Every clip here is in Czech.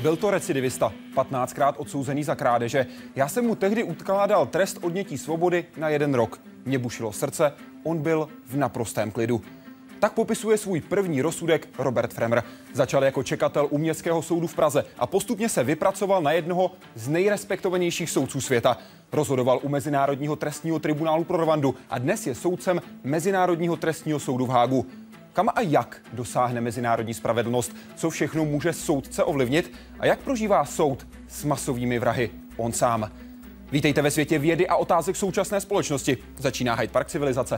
Byl to recidivista, 15krát odsouzený za krádeže. Já jsem mu tehdy ukládal trest odnětí svobody na 1 rok. Mě bušilo srdce, on byl v naprostém klidu. Tak popisuje svůj první rozsudek Robert Fremr. Začal jako čekatel u Městského soudu v Praze a postupně se vypracoval na jednoho z nejrespektovanějších soudců světa. Rozhodoval u Mezinárodního trestního tribunálu pro Rwandu a dnes je soudcem Mezinárodního trestního soudu v Hágu. Kam a jak dosáhne mezinárodní spravedlnost? Co všechno může soudce ovlivnit? A jak prožívá soud s masovými vrahy on sám? Vítejte ve světě vědy a otázek současné společnosti. Začíná Hyde Park civilizace.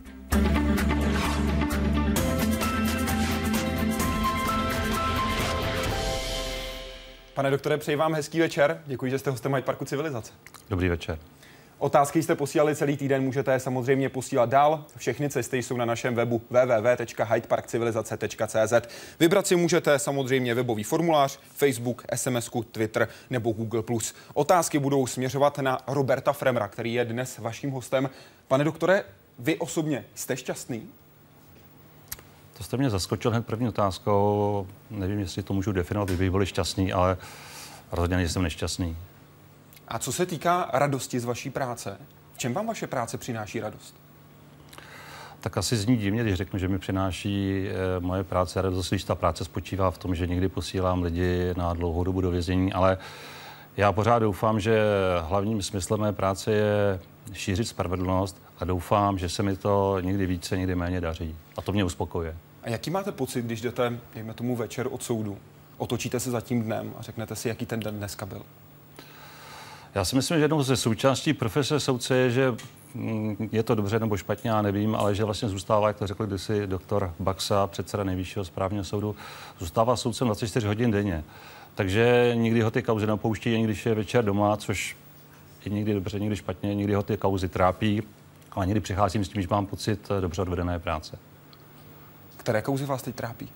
Pane doktore, přeji vám hezký večer. Děkuji, že jste hostem Hyde Parku civilizace. Dobrý večer. Otázky jste posílali celý týden, můžete je samozřejmě posílat dál. Všechny cesty jsou na našem webu www.hydeparkcivilizace.cz. Vybrat si můžete samozřejmě webový formulář, Facebook, SMS-ku, Twitter nebo Google+. Otázky budou směřovat na Roberta Fremra, který je dnes vaším hostem. Pane doktore, vy osobně jste šťastný? To jste mě zaskočil hned první otázkou. Nevím, jestli to můžu definovat, kdybych byl šťastný, ale rozhodně nejsem nešťastný. A co se týká radosti z vaší práce, v čem vám vaše práce přináší radost? Tak asi zní divně, když řeknu, že mi přináší moje práce radost, když ta práce spočívá v tom, že někdy posílám lidi na dlouhou dobu do vězení, ale já pořád doufám, že hlavním smyslem mé práce je šířit spravedlnost a doufám, že se mi to někdy více, někdy méně daří. A to mě uspokojuje. A jaký máte pocit, když jdete, dejme tomu, večer od soudu, otočíte se za tím dnem a řeknete si, jaký ten den dneska byl? Já si myslím, že jednou ze součástí profese soudce je, že je to dobře nebo špatně, já nevím, ale že vlastně zůstává, jak to řekl kdysi doktor Baxa, předseda Nejvyššího správního soudu, zůstává soudcem 24 hodin denně. Takže nikdy ho ty kauzy neopouští, ani když je večer doma, což je někdy dobře, někdy špatně, někdy ho ty kauzy trápí, ale někdy přicházím s tím, že mám pocit dobře odvedené práce. Které kauzy vás teď trápí?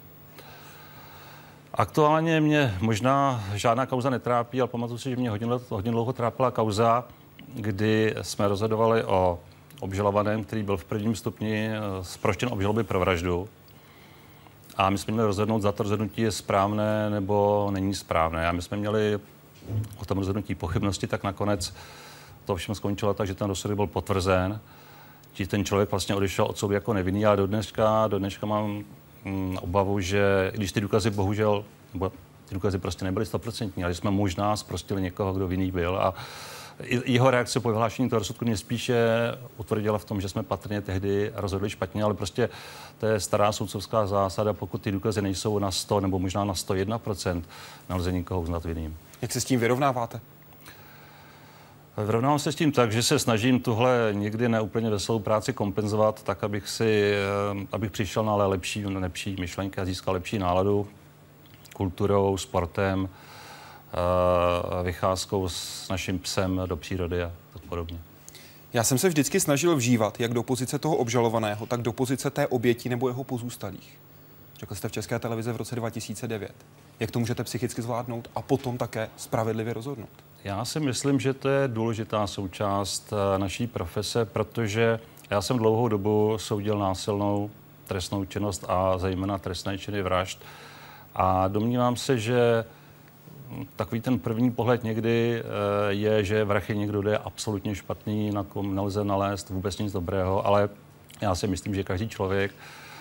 Aktuálně mě možná žádná kauza netrápí, ale pamatuju si, že mě hodně dlouho trápila kauza, kdy jsme rozhodovali o obžalovaném, který byl v prvním stupni zproštěn obžaloby pro vraždu. A my jsme měli rozhodnout, zda to rozhodnutí je správné nebo není správné. A my jsme měli o tom rozhodnutí pochybnosti, tak nakonec to všem skončilo tak, že ten rozsudek byl potvrzen. Ten člověk vlastně odešel od soudu jako nevinný, ale do dneška mám obavu, že když ty důkazy bohužel, nebo ty důkazy prostě nebyly 100%, ale jsme možná zprostili někoho, kdo vinný byl. A jeho reakce po vyhlášení toho rozsudku mě spíše utvrdila v tom, že jsme patrně tehdy rozhodli špatně, ale prostě to je stará soudcovská zásada, pokud ty důkazy nejsou na 100 nebo možná na 101%, nelze nikoho uznat vinným. Jak se s tím vyrovnáváte? Vyrovnávám se s tím tak, že se snažím tuhle někdy neúplně veselou práci kompenzovat, tak abych přišel na lepší myšlenky a získal lepší náladu kulturou, sportem, vycházkou s naším psem do přírody a tak podobně. Já jsem se vždycky snažil vžívat jak do pozice toho obžalovaného, tak do pozice té oběti nebo jeho pozůstalých. Řekl jste v České televizi v roce 2009. Jak to můžete psychicky zvládnout a potom také spravedlivě rozhodnout? Já si myslím, že to je důležitá součást naší profese, protože já jsem dlouhou dobu soudil násilnou trestnou činnost a zejména trestné činy vražd. A domnívám se, že takový ten první pohled někdy je, že vrah je někdo, kdo je absolutně špatný, na kom nelze nalézt vůbec nic dobrého, ale já si myslím, že každý člověk,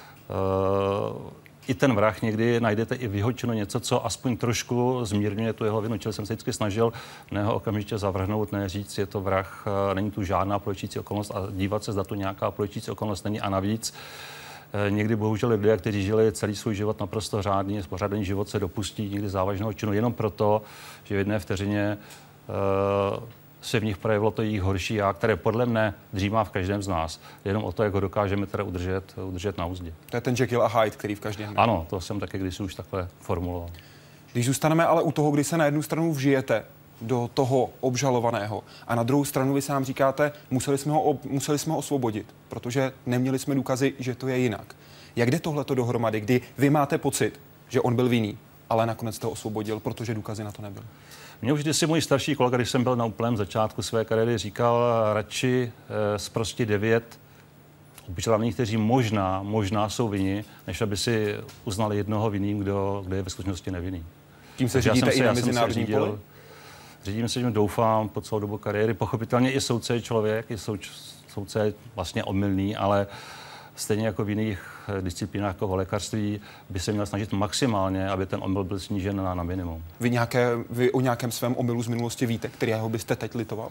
i ten vrah někdy najdete i v jeho činu něco, co aspoň trošku zmírňuje tu jeho vinu. Čili jsem se vždycky snažil ne ho okamžitě zavrhnout, ne říct, je to vrah, není tu žádná polehčující okolnost a dívat se, zda tu nějaká polehčující okolnost není. A navíc někdy bohužel lidé, kteří žili celý svůj život naprosto řádný, spořádaný život, se dopustí někdy závažného činu jenom proto, že v jedné vteřině se v nich projevilo to jejich horší já, které podle mne dřímá v každém z nás. Jenom o to, jak ho dokážeme teda udržet na úzdě. To je ten Jekyll a Hyde, který v každém. Ano, to jsem taky kdysi už takhle formuloval. Když zůstaneme ale u toho, kdy se na jednu stranu vžijete do toho obžalovaného a na druhou stranu vy sám říkáte, museli jsme ho osvobodit, protože neměli jsme důkazy, že to je jinak. Jak jde tohleto dohromady, kdy vy máte pocit, že on byl vinný, ale nakonec to osvobodil, protože důkazy na to nebyly? Mě už kdysi můj starší kolega, když jsem byl na úplném začátku své kariéry, říkal radši zprostit 9 obžalovaných, kteří možná jsou vinni, než aby si uznali jednoho vinným, kdo je ve skutečnosti nevinný. Tím se řídíte i na mezinárodní poli? Řídím se, že doufám po celou dobu kariéry. Pochopitelně i soudce je člověk, i soudce je vlastně omylný, ale stejně jako v jiných disciplínách, jako v lékařství, by se měl snažit maximálně, aby ten omyl byl snížen na minimum. Vy o nějakém svém omylu z minulosti víte, kterého byste teď litoval?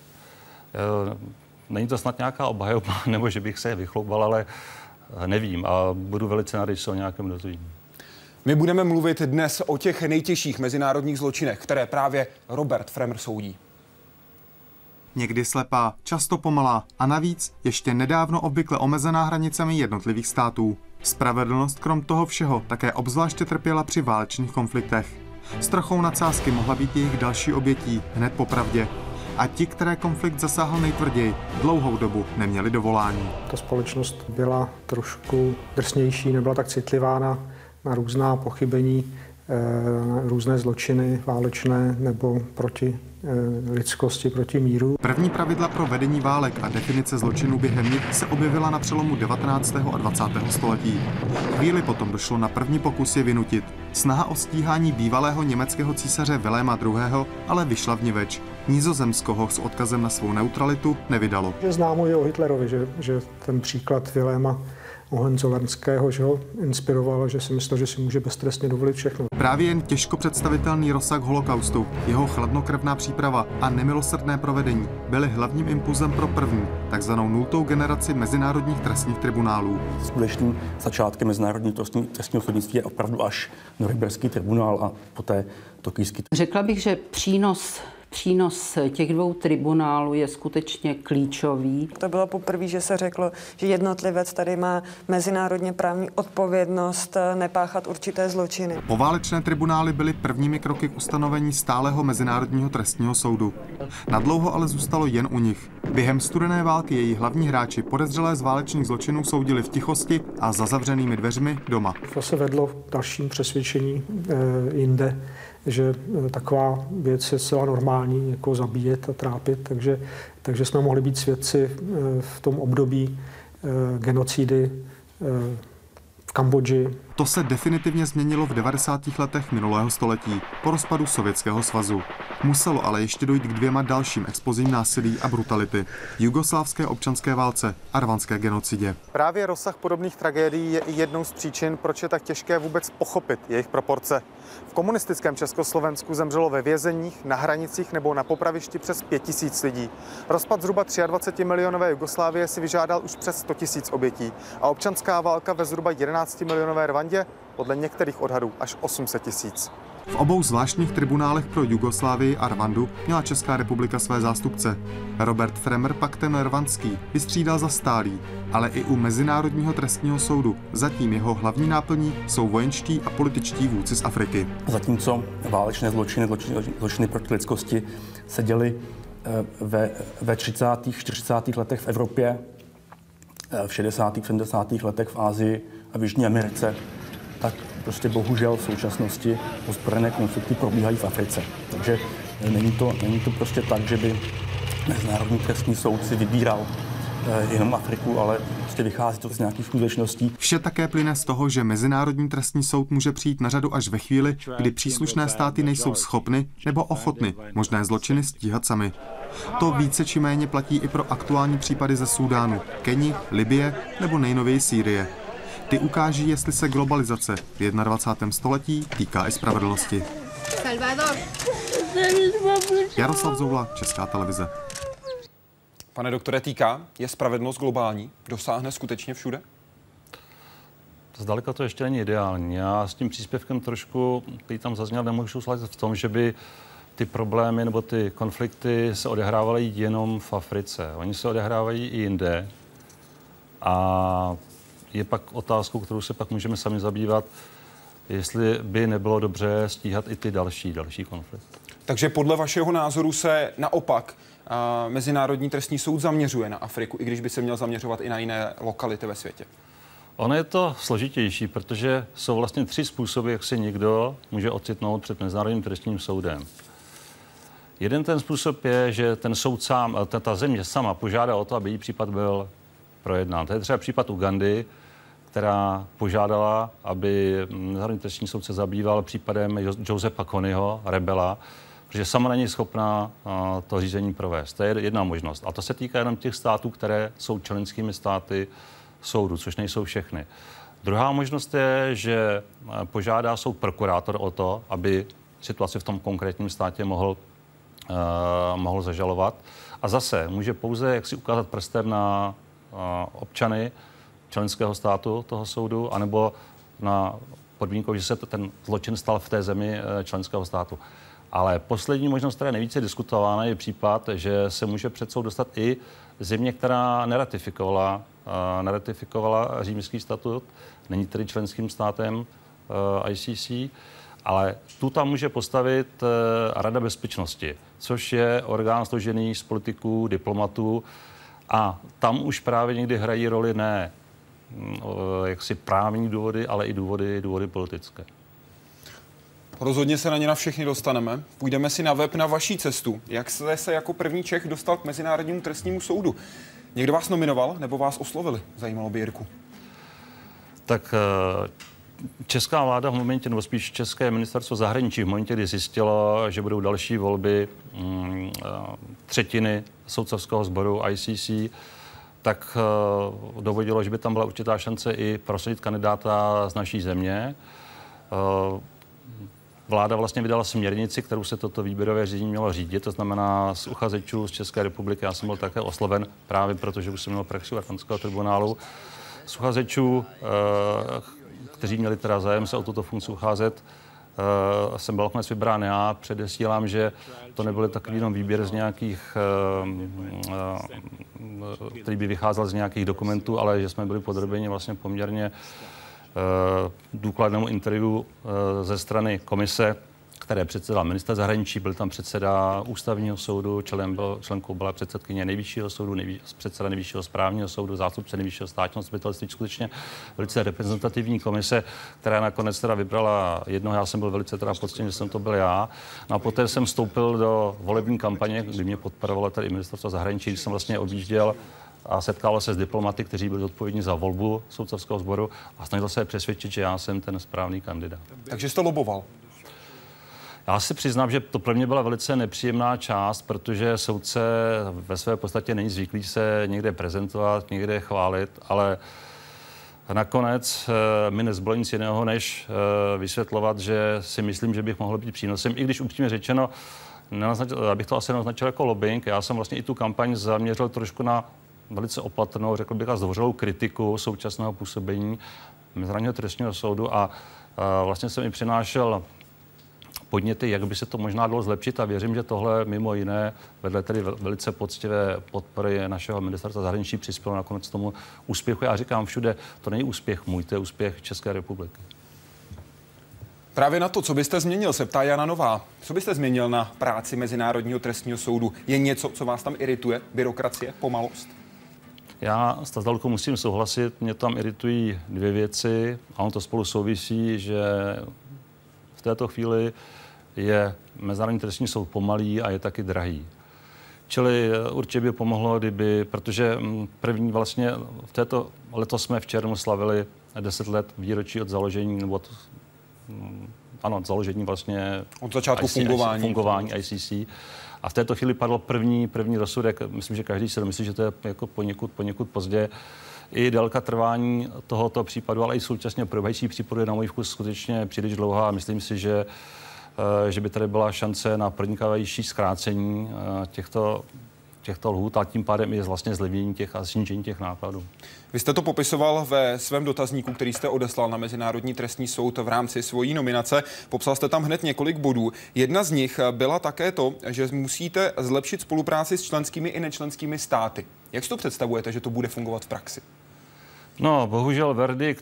Není to snad nějaká obhajoba, nebo že bych se vychloubal, ale nevím a budu velice rád, když se o nějakém dozvím. My budeme mluvit dnes o těch nejtěžších mezinárodních zločinech, které právě Robert Fremr soudí. Někdy slepá, často pomalá a navíc ještě nedávno obvykle omezená hranicemi jednotlivých států. Spravedlnost krom toho všeho také obzvláště trpěla při válečných konfliktech. S trochou nadsázky mohla být jejich další obětí hned po pravdě. A ti, které konflikt zasáhl nejtvrději, dlouhou dobu neměli dovolání. Ta společnost byla trošku drsnější, nebyla tak citlivá na různá pochybení, na různé zločiny válečné nebo proti lidskosti, proti míru. První pravidla pro vedení válek a definice zločinů během nich se objevila na přelomu 19. a 20. století. Chvíli potom došlo na první pokus je vynutit. Snaha o stíhání bývalého německého císaře Viléma II. Ale vyšla vniveč. Nizozemsko ho s odkazem na svou neutralitu nevydalo. Známo je o Hitlerovi, že ten příklad Viléma Hohenzollernského, že ho inspiroval, že si myslel, že si může beztrestně dovolit všechno. Právě jen těžko představitelný rozsah holokaustu, jeho chladnokrevná příprava a nemilosrdné provedení byly hlavním impulzem pro první, takzvanou nultou generaci mezinárodních trestních tribunálů. Skutečným začátkem mezinárodního trestního soudnictví je opravdu až Norimberský tribunál a poté tokijský. Řekla bych, že přínos těch dvou tribunálů je skutečně klíčový. To bylo poprvé, že se řeklo, že jednotlivec tady má mezinárodně právní odpovědnost nepáchat určité zločiny. Poválečné tribunály byly prvními kroky k ustanovení stálého mezinárodního trestního soudu. Nadlouho ale zůstalo jen u nich. Během studené války její hlavní hráči podezřelé z válečných zločinů soudili v tichosti a za zavřenými dveřmi doma. To se vedlo v dalším přesvědčení jinde, že taková věc je zcela normální, jako zabíjet a trápit, takže jsme mohli být svědci v tom období genocidy v Kambodži. To se definitivně změnilo v 90. letech minulého století, po rozpadu Sovětského svazu. Muselo ale ještě dojít k dvěma dalším explozím násilí a brutality. Jugoslávské občanské válce a rwandské genocidě. Právě rozsah podobných tragédií je i jednou z příčin, proč je tak těžké vůbec pochopit jejich proporce. V komunistickém Československu zemřelo ve vězeních, na hranicích nebo na popravišti přes 5000 lidí. Rozpad zhruba 23 milionové Jugoslávie si vyžádal už přes 100 000 obětí a občanská válka ve zhruba 11 milionové Rwandě podle některých odhadů až 800 000. V obou zvláštních tribunálech pro Jugoslávii a Rwandu měla Česká republika své zástupce. Robert Fremr pak ten rwandský vystřídal za stálý, ale i u Mezinárodního trestního soudu zatím jeho hlavní náplní jsou vojenští a političtí vůdci z Afriky. Zatímco válečné zločiny proti lidskosti se děly ve 30. 40. letech v Evropě, v 60. 70. letech v Asii a v Jižní Americe, tak prostě bohužel v současnosti ozbrojené konflikty probíhají v Africe. Takže není to prostě tak, že by Mezinárodní trestní soud si vybíral jenom Afriku, ale prostě vychází to z nějakých skutečností. Vše také plyne z toho, že Mezinárodní trestní soud může přijít na řadu až ve chvíli, kdy příslušné státy nejsou schopny nebo ochotny možné zločiny stíhat sami. To více či méně platí i pro aktuální případy ze Súdánu, Keni, Libye nebo nejnověji Sýrie. Ty ukáží, jestli se globalizace v 21. století týká i spravedlnosti. Salvador. Jaroslav Zoula, Česká televize. Pane doktore, je spravedlnost globální? Dosáhne skutečně všude? Zdaleka to ještě není ideální. Já s tím příspěvkem trošku, který tam zazněl, nemůžu souhlasit v tom, že by ty problémy nebo ty konflikty se odehrávaly jenom v Africe. Oni se odehrávají i jinde. A je pak otázkou, kterou se pak můžeme sami zabývat, jestli by nebylo dobře stíhat i ty další konflikty. Takže podle vašeho názoru se naopak Mezinárodní trestní soud zaměřuje na Afriku, i když by se měl zaměřovat i na jiné lokality ve světě? Ono je to složitější, protože jsou vlastně 3 způsoby, jak se někdo může ocitnout před Mezinárodním trestním soudem. Jeden ten způsob je, že ten soud sám, ta země sama požádá o to, aby její případ byl projednán. To je třeba případ Ugandy, která požádala, aby Mezinárodní trestní soud se zabýval případem Josepa Konyho, rebela, protože sama není schopná to řízení provést. To je jedna možnost. A to se týká jenom těch států, které jsou členskými státy soudu, což nejsou všechny. Druhá možnost je, že požádá soud prokurátor o to, aby situaci v tom konkrétním státě mohl zažalovat. A zase může pouze jak si ukázat prstem na občany členského státu toho soudu, anebo na podmínku, že se ten zločin stal v té zemi členského státu. Ale poslední možnost, která je nejvíce diskutována, je případ, že se může před soud dostat i země, která neratifikovala Římský statut, není tedy členským státem ICC, ale tu tam může postavit Rada bezpečnosti, což je orgán složený z politiků, diplomatů, a tam už právě někdy hrají roli ne jaksi právní důvody, ale i důvody politické. Rozhodně se na ně na všechny dostaneme. Půjdeme si na web na vaší cestu. Jak jste se jako první Čech dostal k Mezinárodnímu trestnímu soudu? Někdo vás nominoval nebo vás oslovili? Zajímalo by Jirku. Tak česká vláda v momentě, nebo spíš České ministerstvo zahraničí v momentě, kdy zjistilo, že budou další volby třetiny soudcovského sboru ICC, tak dovodilo, že by tam byla určitá šance i prosadit kandidáta z naší země. Vláda vlastně vydala směrnici, kterou se toto výběrové řízení mělo řídit, to znamená z uchazečů z České republiky. Já jsem byl také osloven právě proto, že už jsem měl praxi u Arkonského tribunálu. Z uchazečů, kteří měli teda zájem se o tuto funkci ucházet, jsem byl nakonec vybrán já. Předesílám, že to nebyl takový jenom výběr z nějakých, který by vycházel z nějakých dokumentů, ale že jsme byli podrobeni vlastně poměrně důkladnému interview ze strany komise, které předsedal ministr zahraničí, byl tam předseda ústavního soudu, členkou byla předsedkyně nejvyššího soudu, předseda nejvyššího správního soudu, zástupce nejvyššího státního zastupitelství, skutečně velice reprezentativní komise, která nakonec teda vybrala jednoho. Já jsem byl velice teda poctěn, že jsem to byl já. No a poté jsem vstoupil do volební kampaně, kdy mě podporovalo tady i ministerstvo zahraničí, když jsem vlastně objížděl a setkal se s diplomaty, kteří byli odpovědní za volbu soudcovského sboru, a snažil se přesvědčit, že já jsem ten správný kandidát. Takže jste loboval? Já si přiznám, že to pro mě byla velice nepříjemná část, protože soudce ve své podstatě není zvyklý se někde prezentovat, někde chválit, ale nakonec mi nezbylo nic jiného, než vysvětlovat, že si myslím, že bych mohl být přínosem, i když upřímně řečeno, abych to asi neoznačil jako lobbying. Já jsem vlastně i tu kampaň zaměřil trošku na velice opatrnou, řekl bych, a zdvořilou kritiku současného působení Mezinárodního trestního soudu, a vlastně jsem i přinášel podněty, jak by se to možná dalo zlepšit, a věřím, že tohle mimo jiné vedle tedy velice poctivé podpory našeho ministerstva zahraničí přispělo nakonec tomu úspěchu. Já říkám všude, to není úspěch můj, to je úspěch České republiky. Právě na to, co byste změnil, se ptá Jana Nová. Co byste změnil na práci Mezinárodního trestního soudu? Je něco, co vás tam irituje? Byrokracie, pomalost? Já s Tazdalkou musím souhlasit, mě tam iritují dvě věci a on to spolu souvisí, že v této chvíli je Mezinárodní trestní soud pomalý a je taky drahý. Čili určitě by pomohlo, protože první vlastně letos jsme v červnu slavili 10 let výročí od založení, nebo od založení vlastně od začátku fungování ICC. A v této chvíli padl první rozsudek. Myslím, že každý si myslí, že to je jako poněkud pozdě. I délka trvání tohoto případu, ale i současně probíhající případu je na můj vkus skutečně příliš dlouhá. Myslím si, že by tady byla šance na pronikavější zkrácení těchto lhůt, a tím pádem je vlastně zlevnění a snížení těch nákladů. Vy jste to popisoval ve svém dotazníku, který jste odeslal na Mezinárodní trestní soud v rámci svojí nominace. Popsal jste tam hned několik bodů. Jedna z nich byla také to, že musíte zlepšit spolupráci s členskými i nečlenskými státy. Jak si to představujete, že to bude fungovat v praxi? No, bohužel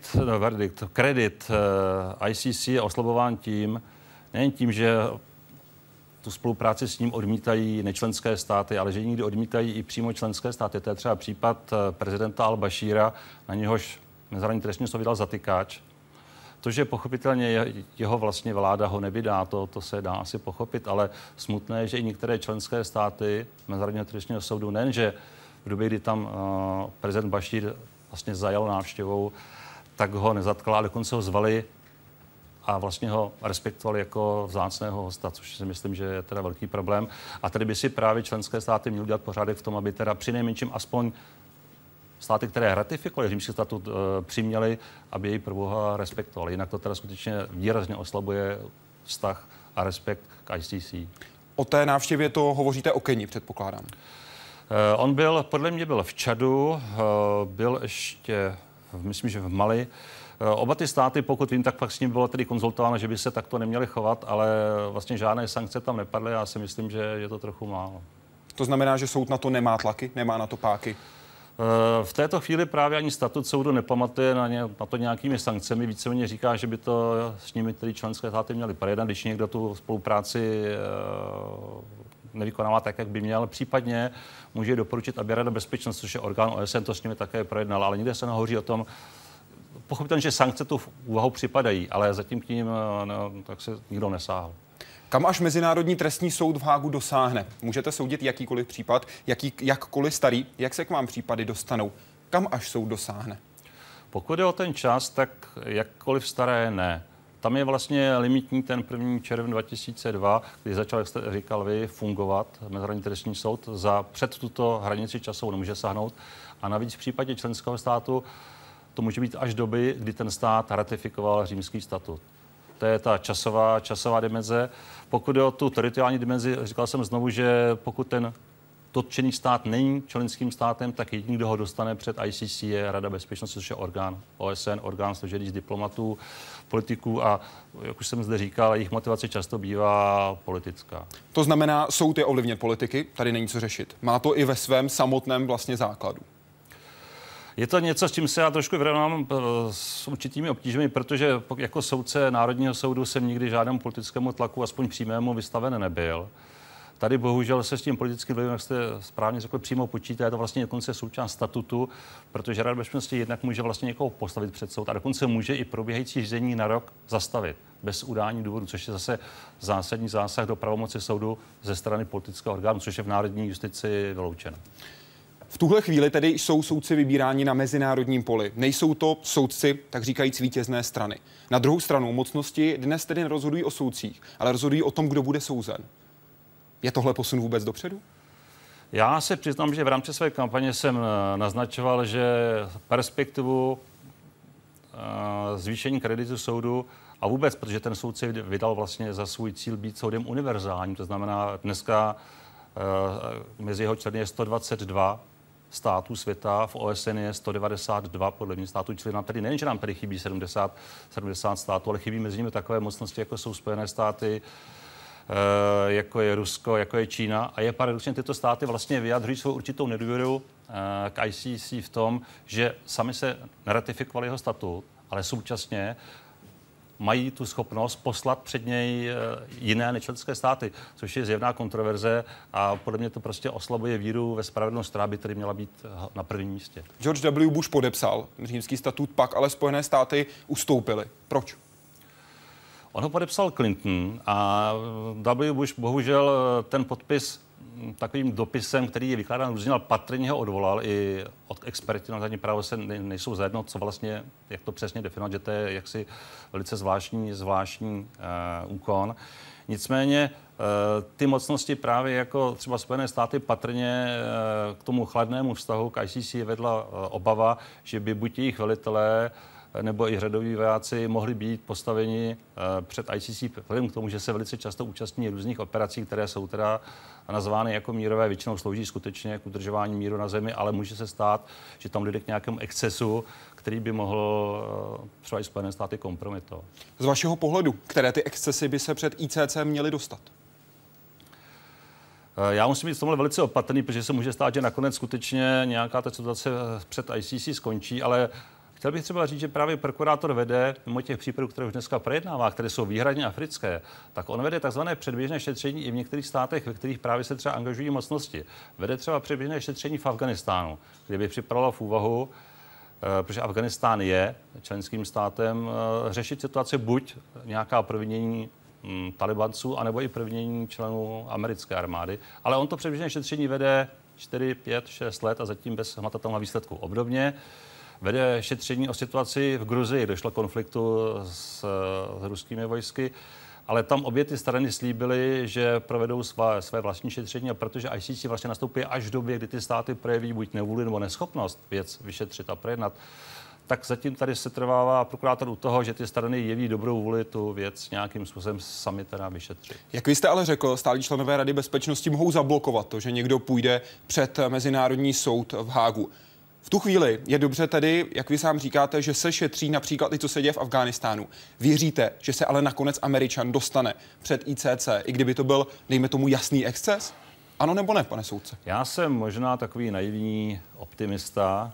kredit ICC je oslabován nejen tím, že tu spolupráci s ním odmítají nečlenské státy, ale že někdy odmítají i přímo členské státy. To je třeba případ prezidenta Al-Bashíra, na něhož Mezinárodní trestní soud vydal zatykáč. To, že pochopitelně jeho vlastně vláda ho nevydá, to se dá asi pochopit, ale smutné je, že i některé členské státy Mezinárodního trestního soudu, nejenže v době, kdy tam prezident Bashír vlastně zajal návštěvou, tak ho nezatkala, ale dokonce ho zvali a vlastně ho respektovali jako vzácného hosta, což si myslím, že je teda velký problém. A tady by si právě členské státy měly udělat pořádek v tom, aby teda přinejmenším aspoň státy, které ratifikovaly Římský statut, přiměly, aby jej pro boha respektovali. Jinak to teda skutečně výrazně oslabuje vztah a respekt k ICC. O té návštěvě to hovoříte o Keni, předpokládám. On podle mě byl v Čadu, byl ještě, myslím, že v Mali. Oba ty státy, pokud vím, tak pak s ním bylo tedy konzultováno, že by se takto neměli chovat, ale vlastně žádné sankce tam nepadly. Já si myslím, že je to trochu málo. To znamená, že soud na to nemá tlaky, nemá na to páky? V této chvíli právě ani statut soudu nepamatuje na to nějakými sankcemi. Víceméně říká, že by to s nimi tedy členské státy měly projednat, když někdo tu spolupráci nevykonává tak, jak by měl. Případně může doporučit, aby Rada bezpečnosti, což je orgán OSN, to s nimi také projednal, ale nikde se nehovoří o tom. Pochopitelně, že sankce tu v úvahu připadají, ale zatím k ním tak se nikdo nesáhl. Kam až Mezinárodní trestní soud v Hágu dosáhne? Můžete soudit jakýkoliv případ, jakkoliv starý, jak se k vám případy dostanou? Kam až soud dosáhne? Pokud je o ten čas, tak jakkoliv staré ne. Tam je vlastně limitní ten 1. červen 2002, kdy začal, jak jste říkal vy, fungovat Mezinárodní trestní soud. Před tuto hranici časovou nemůže sáhnout. A navíc v případě členského státu to může být až doby, kdy ten stát ratifikoval Římský statut. To je ta časová dimenze. Pokud je o tu teritoriální dimenzi, říkal jsem znovu, že pokud ten dotčený stát není členským státem, tak jediný, kdo ho dostane před ICC, je Rada bezpečnosti, což je orgán OSN, orgán složený z diplomatů, politiků a, jak už jsem zde říkal, jejich motivace často bývá politická. To znamená, soud je ovlivněn politiky, tady není co řešit. Má to i ve svém samotném vlastně základu. Je to něco, s čím se já trošku vyrovnám s určitými obtížemi, protože jako soudce Národního soudu jsem nikdy žádnému politickému tlaku, aspoň přímému, vystaven nebyl. Tady bohužel se s tím politickým vlivem, jak jste správně řekl, přímo počítá, je to vlastně dokonce součást statutu, protože Rada bezpečnosti jednak může vlastně někoho postavit před soud a dokonce může i probíhající řízení na rok zastavit bez udání důvodu, což je zase zásadní zásah do pravomoci soudu ze strany politického orgánu, což je v národní justici vyloučeno. V tuhle chvíli tedy jsou soudci vybíráni na mezinárodním poli. Nejsou to soudci, tak říkajíc, vítězné strany. Na druhou stranu mocnosti dnes tedy nerozhodují o soudcích, ale rozhodují o tom, kdo bude souzen. Je tohle posun vůbec dopředu? Já se přiznám, že v rámci své kampaně jsem naznačoval, že perspektivu zvýšení kreditu soudu a vůbec, protože ten soud si vydal vlastně za svůj cíl být soudem univerzálním, to znamená dneska mezi jeho členy je 122 států světa, v OSN je 192 podle mě států, čili nám tady nejen, že nám tady chybí 70 států, ale chybí mezi nimi takové mocnosti, jako jsou Spojené státy, jako je Rusko, jako je Čína. A je paradoxně, tyto státy vlastně vyjadřují svou určitou nedůvěru k ICC v tom, že sami se neratifikovali jeho statut, ale současně mají tu schopnost poslat před něj jiné nečlenské státy, což je zjevná kontroverze a podle mě to prostě oslabuje víru ve spravedlnost, která by tedy měla být na prvním místě. George W. Bush podepsal Římský statut, pak ale Spojené státy ustoupily. Proč? On ho podepsal Clinton a W. Bush bohužel ten podpis takovým dopisem, který je vykládán různě, ale patrně ho odvolal. I od experti na zadní právo se nejsou zajedno, co vlastně, jak to přesně definovat, že to je jaksi velice zvláštní úkon. Nicméně ty mocnosti právě jako třeba Spojené státy patrně k tomu chladnému vztahu k ICC vedla obava, že by buď jejich velitelé nebo i řadoví vojáci mohli být postaveni před ICC, vzhledem k tomu, že se velice často účastní různých operací, které jsou teda nazvány jako mírové, většinou slouží skutečně k udržování míru na zemi, ale může se stát, že tam dojde k nějakému excesu, který by mohl třeba i Spojené státy kompromitovat. Z vašeho pohledu, které ty excesy by se před ICC měly dostat? Já musím být v tomhle velice opatrný, protože se může stát, že nakonec skutečně nějaká ta situace před ICC skončí, ale chtěl bych třeba říct, že právě prokurátor vede, mimo těch případů, které už dneska projednává, které jsou výhradně africké, tak on vede takzvané předběžné šetření i v některých státech, ve kterých právě se třeba angažují mocnosti. Vede třeba předběžné šetření v Afghánistánu, kde by připravilo v úvahu, protože Afghánistán je členským státem, řešit situaci buď nějaká provinění Talibanců, anebo i provinění členů americké armády. Ale on to předběžné šetření vede 4, 5, 6 let a zatím bez hmatatelného výsledku. Obdobně vede šetření o situaci v Gruzii. Došlo k konfliktu s ruskými vojsky, ale tam obě ty strany slíbily, že provedou své vlastní šetření, a protože ICC vlastně nastoupí až v době, kdy ty státy projeví buď nevůli nebo neschopnost věc vyšetřit a projednat, tak zatím tady se trvává prokurátor u toho, že ty strany jeví dobrou vůli tu věc nějakým způsobem sami teda vyšetřit. Jak vy jste ale řekl, stálí členové Rady bezpečnosti mohou zablokovat to, že někdo půjde před Mezinárodní soud v Hágu. V tu chvíli je dobře tedy, jak vy sám říkáte, že se šetří například i co se děje v Afghánistánu. Věříte, že se ale nakonec Američan dostane před ICC, i kdyby to byl, dejme tomu, jasný exces? Ano nebo ne, pane soudce? Já jsem možná takový naivní optimista.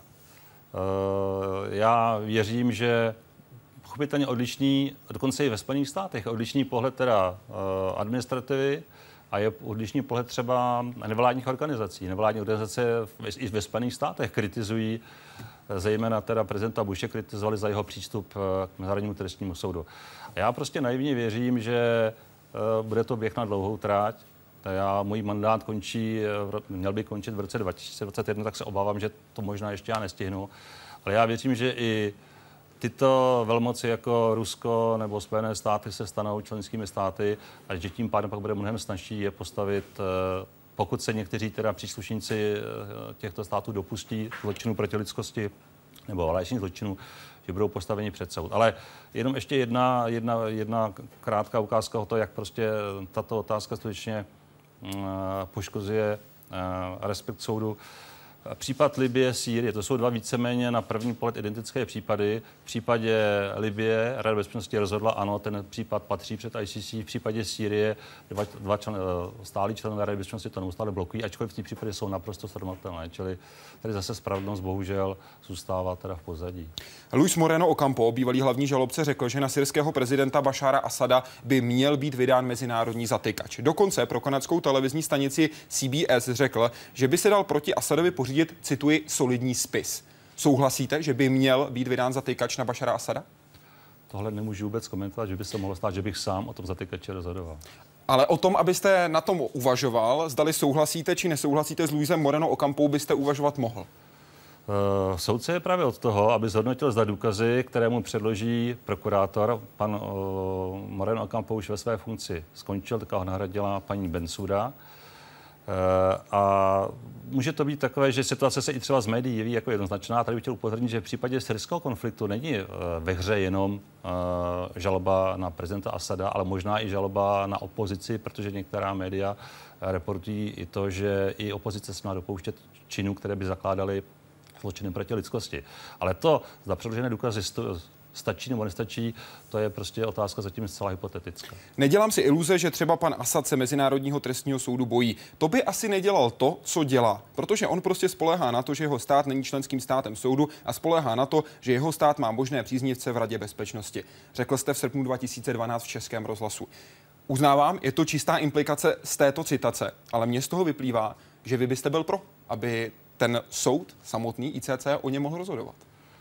Já věřím, že pochopitelně odlišný, dokonce i ve Spojených státech, odlišný pohled teda administrativy a je odlišný pohled třeba nevládních organizací. Nevládní organizace i ve Spojených státech kritizují, zejména teda prezidenta Bushe kritizovali za jeho přístup k Mezinárodnímu trestnímu soudu. A já prostě naivně věřím, že bude to běh na dlouhou tráť. Můj mandát měl by končit v roce 2021, tak se obávám, že to možná ještě já nestihnu. Ale já věřím, že i tyto velmoci jako Rusko nebo Spojené státy se stanou členskými státy a že tím pádem pak bude mnohem snazší je postavit, pokud se někteří teda příslušníci těchto států dopustí zločinů proti lidskosti nebo válečných zločinů, že budou postaveni před soud. Ale jenom ještě jedna krátká ukázka o to, jak prostě tato otázka skutečně poškozuje respekt soudu. Případ Libye, Sýrie, to jsou dva víceméně na první pohled identické případy. V případě Libye Rada bezpečnosti rozhodla, ano, ten případ patří před ICC. V případě Sýrie stálí členové Rady bezpečnosti to neustále blokují, ačkoliv ty případy jsou naprosto srovnatelné. Čili tady zase spravedlnost bohužel zůstává teda v pozadí. Luis Moreno Ocampo, bývalý hlavní žalobce, řekl, že na syrského prezidenta Bašára Asada by měl být vydán mezinárodní zatykač. Dokonce pro kanadskou televizní stanici CBS řekl, že by se dal proti Asadovi pořídit, cituji, solidní spis. Souhlasíte, že by měl být vydán zatykač na Bašára Asada? Tohle nemůžu vůbec komentovat, že by se mohlo stát, že bych sám o tom zatykači rozhodoval. Ale o tom, abyste na tom uvažoval, zdali souhlasíte či nesouhlasíte s Luisem Moreno Ocampou, byste uvažovat mohl. Soudce je právě od toho, aby zhodnotil, zda důkazy, které mu předloží prokurátor. Pan Moreno Ocampo už ve své funkci skončil, tak ho nahradila paní Bensouda. A může to být takové, že situace se i třeba z médií jeví jako jednoznačná. Tady bych chtěl upozornit, že v případě syrského konfliktu není ve hře jenom žaloba na prezidenta Asada, ale možná i žaloba na opozici, protože některá média reportují i to, že i opozice se má dopouštět činů, které by zakládaly zločiny proti lidskosti. Ale to, zda předložené důkazy stačí nebo nestačí, to je prostě otázka zatím zcela hypotetická. Nedělám si iluze, že třeba pan Asad se Mezinárodního trestního soudu bojí. To by asi nedělal to, co dělá, protože on prostě spoléhá na to, že jeho stát není členským státem soudu a spoléhá na to, že jeho stát má možné příznivce v Radě bezpečnosti. Řekl jste v srpnu 2012 v Českém rozhlasu. Uznávám, je to čistá implikace z této citace, ale mně z toho vyplývá, že vy byste byl pro, aby ten soud samotný ICC o něm mohl rozhodovat.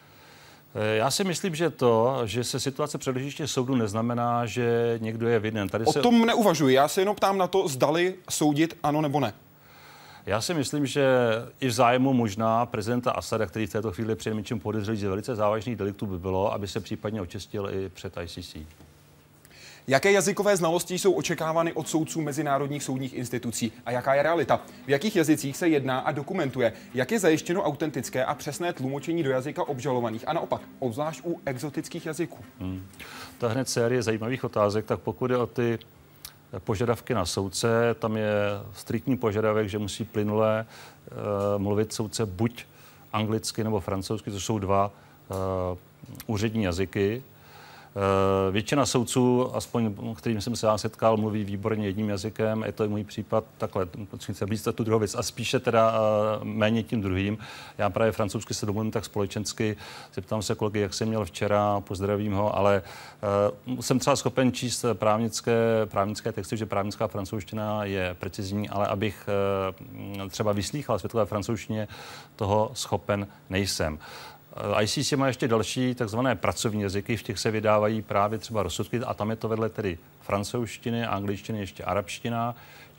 Já si myslím, že to, že se situace předloží ještě soudu, neznamená, že někdo je vinen. O tom neuvažuji. Já se jenom ptám na to, zdali soudit ano nebo ne. Já si myslím, že i v zájmu možná prezidenta Asada, který v této chvíli přinejmenším podezřelý z velice závažných deliktů, by bylo, aby se případně očistil i před ICC. Jaké jazykové znalosti jsou očekávány od soudců mezinárodních soudních institucí a jaká je realita? V jakých jazycích se jedná a dokumentuje? Jak je zajištěno autentické a přesné tlumočení do jazyka obžalovaných a naopak, obzvlášť u exotických jazyků? To je hned série zajímavých otázek, tak pokud je o ty požadavky na soudce, tam je striktní požadavek, že musí plynule mluvit soudce buď anglicky nebo francouzsky, to jsou dva úřední jazyky. Většina soudců, aspoň kterým jsem se já setkal, mluví výborně jedním jazykem. Je to i můj případ takhle, chci blíž tu druhou věc a spíše teda méně tím druhým. Já právě francouzsky se domluvím tak společensky. Zeptám se kolegy, jak jsem měl včera, pozdravím ho, ale jsem třeba schopen číst právnické texty, že právnická francouzština je precizní, ale abych třeba vyslýchal světové francouzštině, toho schopen nejsem. ICC má ještě další takzvané pracovní jazyky, v těch se vydávají právě třeba rozsudky a tam je to vedle tedy francouzštiny, angličtiny, ještě arabština,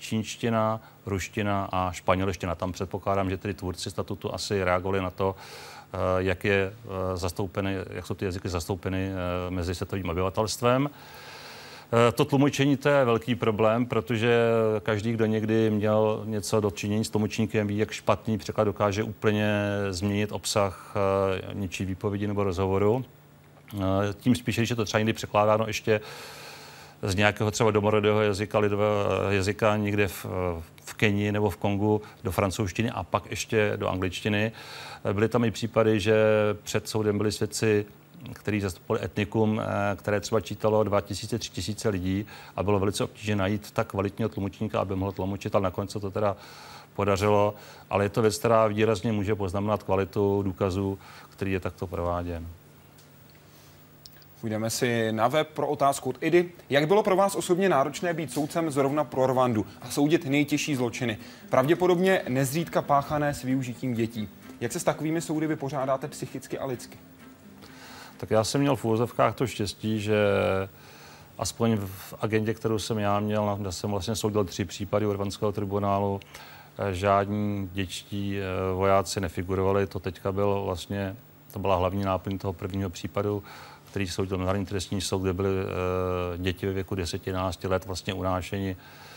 čínština, ruština a španělština. Tam předpokládám, že tedy tvůrci statutu asi reagovali na to, jak jsou ty jazyky zastoupeny mezi světovým obyvatelstvem. To tlumočení, to je velký problém, protože každý, kdo někdy měl něco do činění s tlumočníkem, ví, jak špatný překlad dokáže úplně změnit obsah něčí výpovědi nebo rozhovoru. Tím spíše, že to třeba někdy překládáno ještě z nějakého třeba domorodého jazyka, lidového jazyka někde v Kenii nebo v Kongu do francouzštiny a pak ještě do angličtiny. Byly tam i případy, že před soudem byli svědci, kteří zastupovali etnikum, které třeba čítalo 2000-3000 lidí a bylo velice obtížné najít tak kvalitního tlumočníka, aby mohl tlumočit, ale nakonec se to teda podařilo. Ale je to věc, která výrazně může poznamenat kvalitu důkazů, který je takto prováděn. Půjdeme si na web pro otázku od Idy. Jak bylo pro vás osobně náročné být soudcem zrovna pro Rwandu a soudit nejtěžší zločiny? Pravděpodobně nezřídka páchané s využitím dětí. Jak se s takovými soudy vypořádáte psychicky a lidsky? Tak já jsem měl v úvozovkách to štěstí, že aspoň v agendě, kterou jsem já měl, kde jsem vlastně soudil 3 případy u rwandského tribunálu, žádní dětští vojáci nefigurovali. To teďka byl vlastně, to byla hlavní náplň toho prvního případu, který soudil Mezinárodní trestní soud, kde byly děti ve věku 10-11 let vlastně unášeni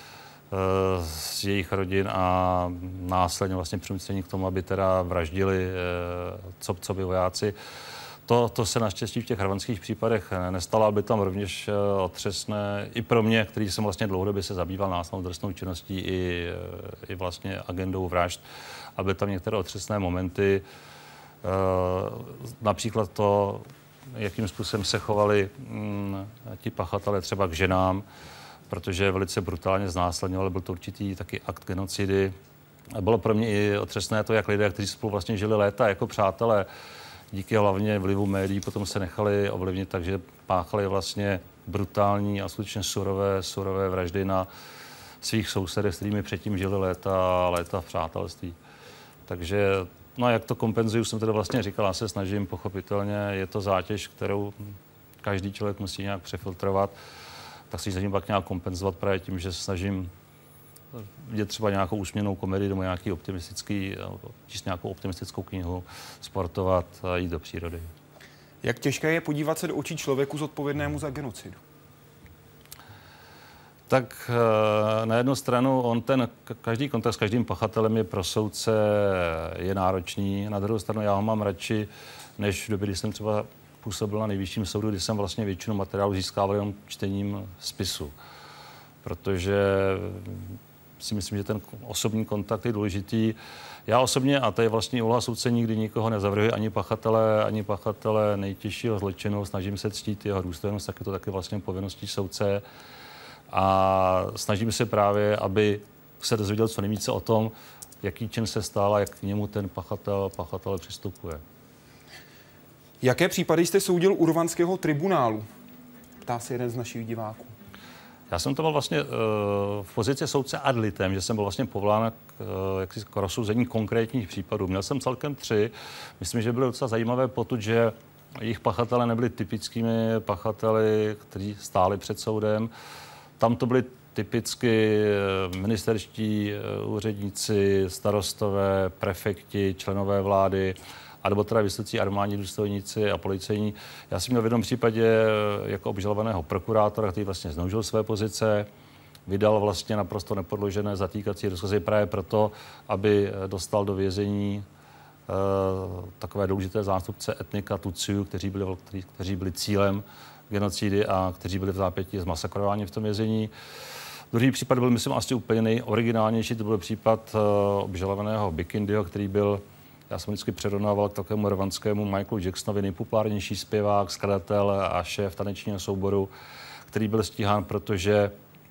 z jejich rodin a následně vlastně přinuceni k tomu, aby teda vraždili co by vojáci. To se naštěstí v těch rwandských případech nestalo, aby tam rovněž otřesné i pro mě, který jsem vlastně dlouhodobě se zabýval následnou trestnou činností i vlastně agendou vražd, aby tam některé otřesné momenty, například to, jakým způsobem se chovali ti pachatelé třeba k ženám, protože velice brutálně znásilňovali, byl to určitý taky akt genocidy. A bylo pro mě i otřesné to, jak lidé, kteří spolu vlastně žili léta jako přátelé, díky hlavně vlivu médií potom se nechali ovlivnit, takže páchali vlastně brutální a skutečně surové vraždy na svých sousedech, s kterými předtím žili léta v přátelství. Takže no, jak to kompenzuju, jsem teda vlastně říkal, já se snažím pochopitelně, je to zátěž, kterou každý člověk musí nějak přefiltrovat, tak si snažím pak nějak kompenzovat právě tím, že se snažím vidět třeba nějakou úsměvnou komedii nebo nějaký číst nějakou optimistickou knihu, sportovat a jít do přírody. Jak těžké je podívat se do očí člověku zodpovědnému za genocidu? Tak na jednu stranu každý kontakt s každým pachatelem je pro soudce je náročný. Na druhou stranu já ho mám radši, než v době, kdy jsem třeba působil na Nejvyšším soudu, kdy jsem vlastně většinu materiálu získával jenom čtením spisu. Protože si myslím, že ten osobní kontakt je důležitý. Já osobně, a to je vlastně úloha soudce, nikdy nikoho nezavrhuji, ani pachatele nejtěžšího zločinu, snažím se ctít jeho důstojnost, tak je to taky vlastně povinností soudce. A snažím se právě, aby se dozvěděl co nejvíce o tom, jaký čin se stál a jak k němu ten pachatel přistupuje. Jaké případy jste soudil u rwandského tribunálu? Ptá se jeden z našich diváků. Já jsem to byl vlastně v pozici soudce ad litem, že jsem byl vlastně povolán k rozsouzení konkrétních případů. Měl jsem celkem 3. Myslím, že byly docela zajímavé potud, že jejich pachatelé nebyli typickými pachateli, kteří stáli před soudem. Tam to byli typicky ministerští úředníci, starostové, prefekti, členové vlády, anebo teda vysocí armádní důstojníci a policejní. Já jsem měl v jednom případě jako obžalovaného prokurátora, který vlastně zneužil své pozice, vydal vlastně naprosto nepodložené zatýkací rozkazy právě proto, aby dostal do vězení takové důležité zástupce etnika Tutsiů, kteří byli cílem genocidy a kteří byli v zápětí zmasakrováni v tom vězení. Druhý případ byl, myslím, asi úplně nejoriginálnější. To byl případ obžalovaného Bikindiho, který byl, já jsem vždycky přirovnával k takovému rwandskému Michaelu Jacksonovi, nejpopulárnější zpěvák, skladatel a šéf tanečního souboru, který byl stíhán, protože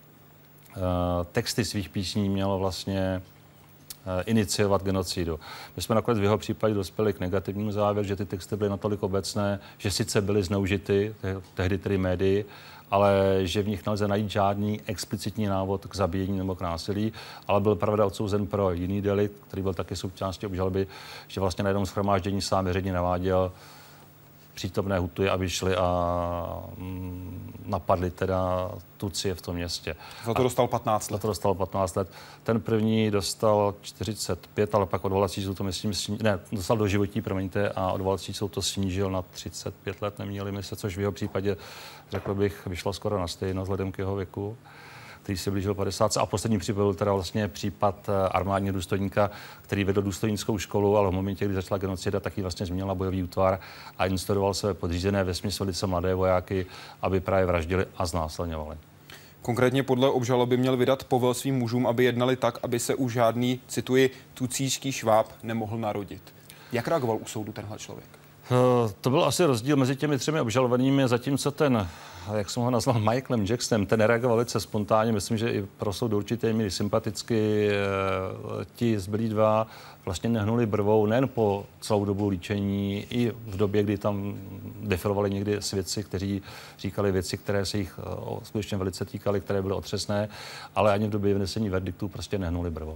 texty svých písní mělo vlastně iniciovat genocidu. My jsme nakonec v jeho případě dospěli k negativnímu závěru, že ty texty byly natolik obecné, že sice byly zneužity, tehdy tedy médii, ale že v nich nelze najít žádný explicitní návod k zabíjení nebo k násilí, ale byl pravda odsouzen pro jiný delikt, který byl taky součástí obžaloby, že vlastně na jednom shromáždění sám veřejně naváděl přítomné Huty, aby šli a napadli teda Tutsie v tom městě. Za to dostal 15 let. Za to dostal 15 let. Ten první dostal 45, ale pak odvolací soud to myslím, dostal do životí, promiňte, a odvolací soud to snížil na 35 let, neměli se, což v jeho případě, řekl bych, vyšlo skoro na stejno vzhledem k jeho věku, který se blížil 50. A poslední případ byl teda vlastně případ armádního důstojníka, který vedl důstojnickou školu, ale v momentě, kdy začala genocida, tak ji vlastně změnil na bojový útvar a instruoval své podřízené, vesměs velice mladé vojáky, aby právě vraždili a znásilňovali. Konkrétně podle obžaloby měl vydat povel svým mužům, aby jednali tak, aby se už žádný, cituji, tucířský šváb nemohl narodit. Jak reagoval u soudu tenhle člověk? To byl asi rozdíl mezi těmi třemi obžalovanými, zatímco ten, jak jsem ho nazval, Michaelem Jacksonem, ten nereagoval velice spontánně, myslím, že i pro soud do určité míry sympaticky. Ti zbylí dva vlastně nehnuli brvou nejen po celou dobu líčení, i v době, kdy tam defilovali někdy svědci, kteří říkali věci, které se jich skutečně velice týkaly, které byly otřesné, ale ani v době vynesení verdiktu prostě nehnuli brvou.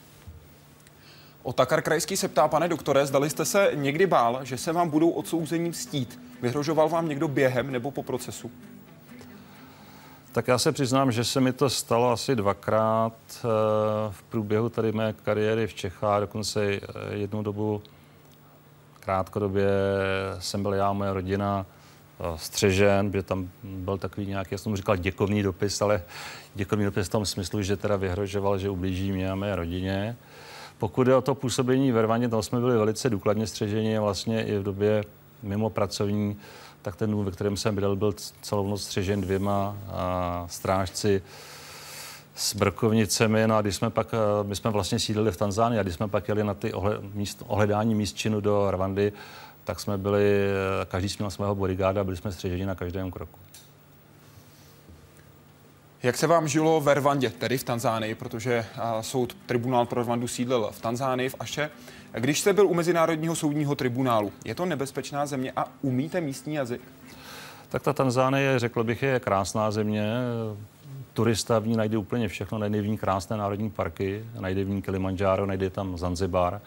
Otakar Krajský se ptá, pane doktore, zdali jste se někdy bál, že se vám budou odsouzením mstít? Vyhrožoval vám někdo během nebo po procesu? Tak já se přiznám, že se mi to stalo asi dvakrát v průběhu tady mé kariéry v Čechách, dokonce jednu dobu krátkodobě jsem byl já a moje rodina střežen, že tam byl takový nějaký, já jsem mu říkal děkovný dopis, ale děkovný dopis v tom smyslu, že teda vyhrožoval, že ublíží mě a mé rodině. Pokud je o to působení ve Rwandě, tam jsme byli velice důkladně střeženi, vlastně i v době mimo pracovní, tak ten dům, ve kterém jsem bydlel, byl celou noc střežen dvěma strážci s brkovnicemi. No a my jsme vlastně sídlili v Tanzánii a když jsme pak jeli na ty ohledání míst činu do Rwandy, tak jsme byli, každý měl svého bodyguarda, byli jsme střeženi na každém kroku. Jak se vám žilo ve Rwandě, tedy v Tanzánii, protože tribunál pro Rwandu sídlil v Tanzánii, v Aše. Když jste byl u Mezinárodního soudního tribunálu, je to nebezpečná země a umíte místní jazyk? Tak ta Tanzánie, řekl bych, je krásná země. Turista v ní najde úplně všechno, najde v ní krásné národní parky, najde v ní Kilimanjaro, najde tam Zanzibar.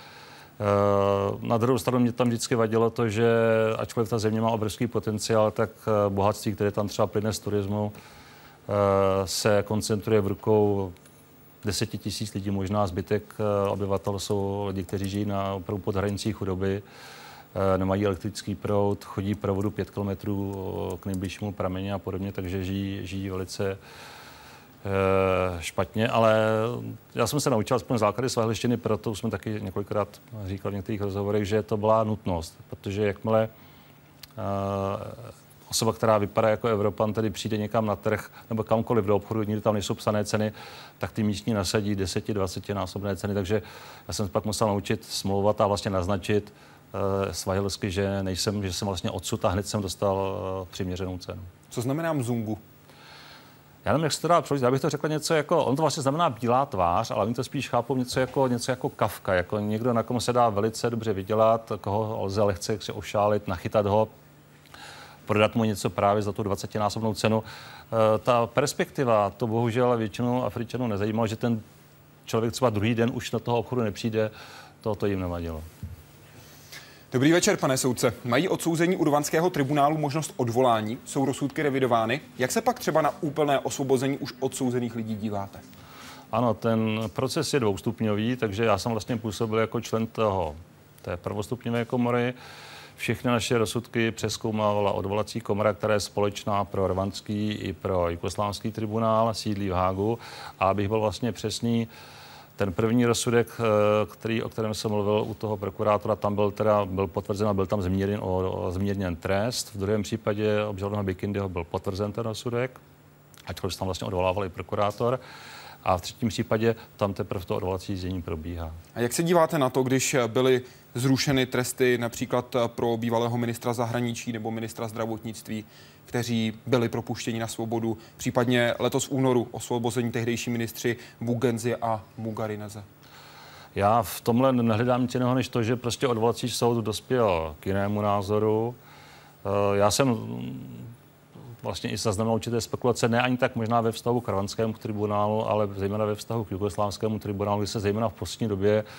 Na druhou stranu mě tam vždycky vadilo to, že ačkoliv ta země má obrovský potenciál, tak bohatství, které tam třeba plyne z turismu, se koncentruje v rukou 10 000 lidí, možná zbytek obyvatel jsou lidi, kteří žijí opravdu pod hranicí chudoby, nemají elektrický proud, chodí pro vodu 5 kilometrů k nejbližšímu prameni a podobně, takže žijí velice špatně, ale já jsem se naučil aspoň základy svahlštiny, proto jsme taky několikrát říkal v některých rozhovorech, že to byla nutnost, protože jakmile osoba, která vypadá jako Evropan, tedy přijde někam na trh nebo kamkoliv do obchodu, nikdy tam nejsou psané ceny, tak ty místní nasadí 10-20 násobné ceny. Takže já jsem pak musel naučit smlouvat a vlastně naznačit svahilsky, že jsem vlastně odsud a hned jsem dostal přiměřenou cenu. Co znamená mzungu? Já nevím, jak se to dá přeložit. Já bych to řekl něco jako, on to vlastně znamená bílá tvář, ale oni to spíš chápou něco jako Kafka, jako někdo, na kom se dá velice dobře vydělat, koho lze lehce ošálit, nachytat ho, prodat mu něco právě za tu 20násobnou cenu. Ta perspektiva, to bohužel většinu Afričanů nezajímalo, že ten člověk třeba druhý den už do toho obchodu nepřijde, to jim nevadilo. Dobrý večer, pane soudce. Mají odsouzení u rwandského tribunálu možnost odvolání? Jsou rozsudky revidovány? Jak se pak třeba na úplné osvobození už odsouzených lidí díváte? Ano, ten proces je dvoustupňový, takže já jsem vlastně působil jako člen té prvostupňové komory. Všechny naše rozsudky přezkoumávala odvolací komora, která je společná pro rwandský i pro jugoslávský tribunál, sídlí v Hágu. A abych byl vlastně přesný, ten první rozsudek, o kterém jsem mluvil u toho prokurátora, tam byl potvrzen a byl tam zmírněn trest. V druhém případě obžalovaného Bikindyho byl potvrzen ten rozsudek, ačkoliv se tam vlastně odvolával i prokurátor. A v třetím případě tam teprve to odvolací řízení probíhá. A jak se díváte na to, když byly zrušeny tresty například pro bývalého ministra zahraničí nebo ministra zdravotnictví, kteří byli propuštěni na svobodu, případně letos v únoru osvobození tehdejší ministři Bugenzi a Mugarineze? Já v tomhle nehledám nic jiného, než to, že prostě odvolací soud dospěl k jinému názoru. Já jsem vlastně i zaznamenal určité spekulace, ne ani tak možná ve vztahu k rwandskému tribunálu, ale zejména ve vztahu k jugoslávskému tribunálu, kdy se zejména v poslední době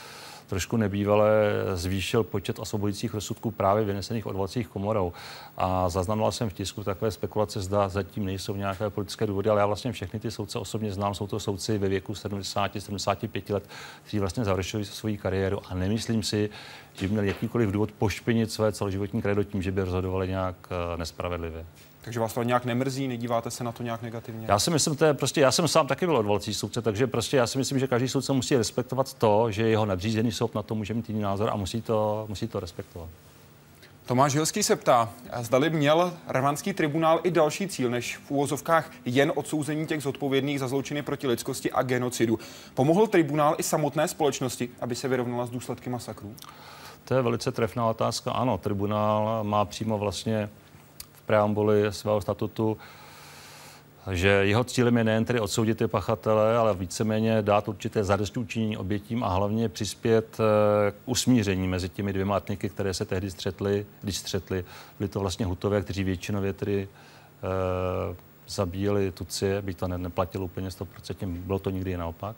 trošku nebývale zvýšil počet osvobodujících rozsudků právě vynesených odvolacích komorou. A zaznamenal jsem v tisku takové spekulace, zda zatím nejsou nějaké politické důvody, ale já vlastně všechny ty soudce osobně znám, jsou to soudci ve věku 70-75 let, kteří vlastně završili svoji kariéru a nemyslím si, že by měl jakýkoliv důvod pošpinit své celoživotní krédo tím, že by rozhodovali nějak nespravedlivě. Takže vás to nějak nemrzí, nedíváte se na to nějak negativně? Já si myslím, já jsem sám taky byl odvolací soudce, takže prostě já si myslím, že každý soudce musí respektovat to, že jeho nadřízený soud na to může mít jiný názor a musí to respektovat. Tomáš Hilský se ptá, zdali měl rwandský tribunál i další cíl, než v úvozovkách jen odsouzení těch zodpovědných za zločiny proti lidskosti a genocidu. Pomohl tribunál i samotné společnosti, aby se vyrovnala s důsledky masakrů? To je velice trefná otázka. Ano, tribunál má přímo vlastně v preambuli svého statutu, že jeho cílem je nejen tedy odsoudit ty pachatele, ale víceméně dát určité zadostiučinění obětím a hlavně přispět k usmíření mezi těmi dvěma etniky, které se tehdy střetly. Byli to vlastně Hutové, kteří většinově tedy zabíjeli Tutsie, byť to neplatilo úplně 100%, bylo to nikdy naopak.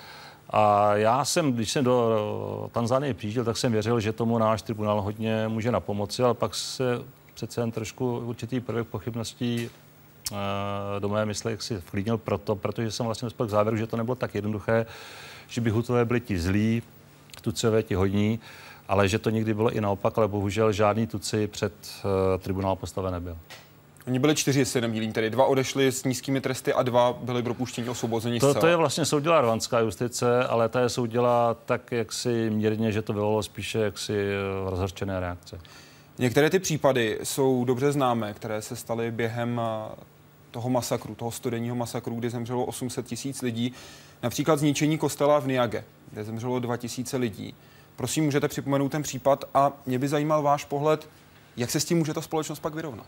A když jsem do Tanzánie přijížděl, tak jsem věřil, že tomu náš tribunál hodně může napomoci, ale pak se přece jen trošku určitý prvek pochybností do mé mysli jak si vklidnil protože jsem vlastně dospěl k závěru, že to nebylo tak jednoduché, že by Hutové byli ti zlí, Tutsiové ti hodní, ale že to někdy bylo i naopak, ale bohužel žádný Tutsi před tribunál postaven nebyl. Oni byli 4, jestli nemýlím, tedy 2 odešli s nízkými tresty a 2 byli propuštěni, osvobozeni zcela. To je vlastně soudila rwandská justice, ale ta je soudila tak jaksi mírně, že to vyvolalo spíše jaksi rozhorčené reakce. Některé ty případy jsou dobře známé, které se staly během toho masakru, toho 100denního masakru, kdy zemřelo 800 000 lidí. Například zničení kostela v Niage, kde zemřelo 2000 lidí. Prosím, můžete připomenout ten případ a mě by zajímal váš pohled, jak se s tím může ta společnost pak vyrovnat?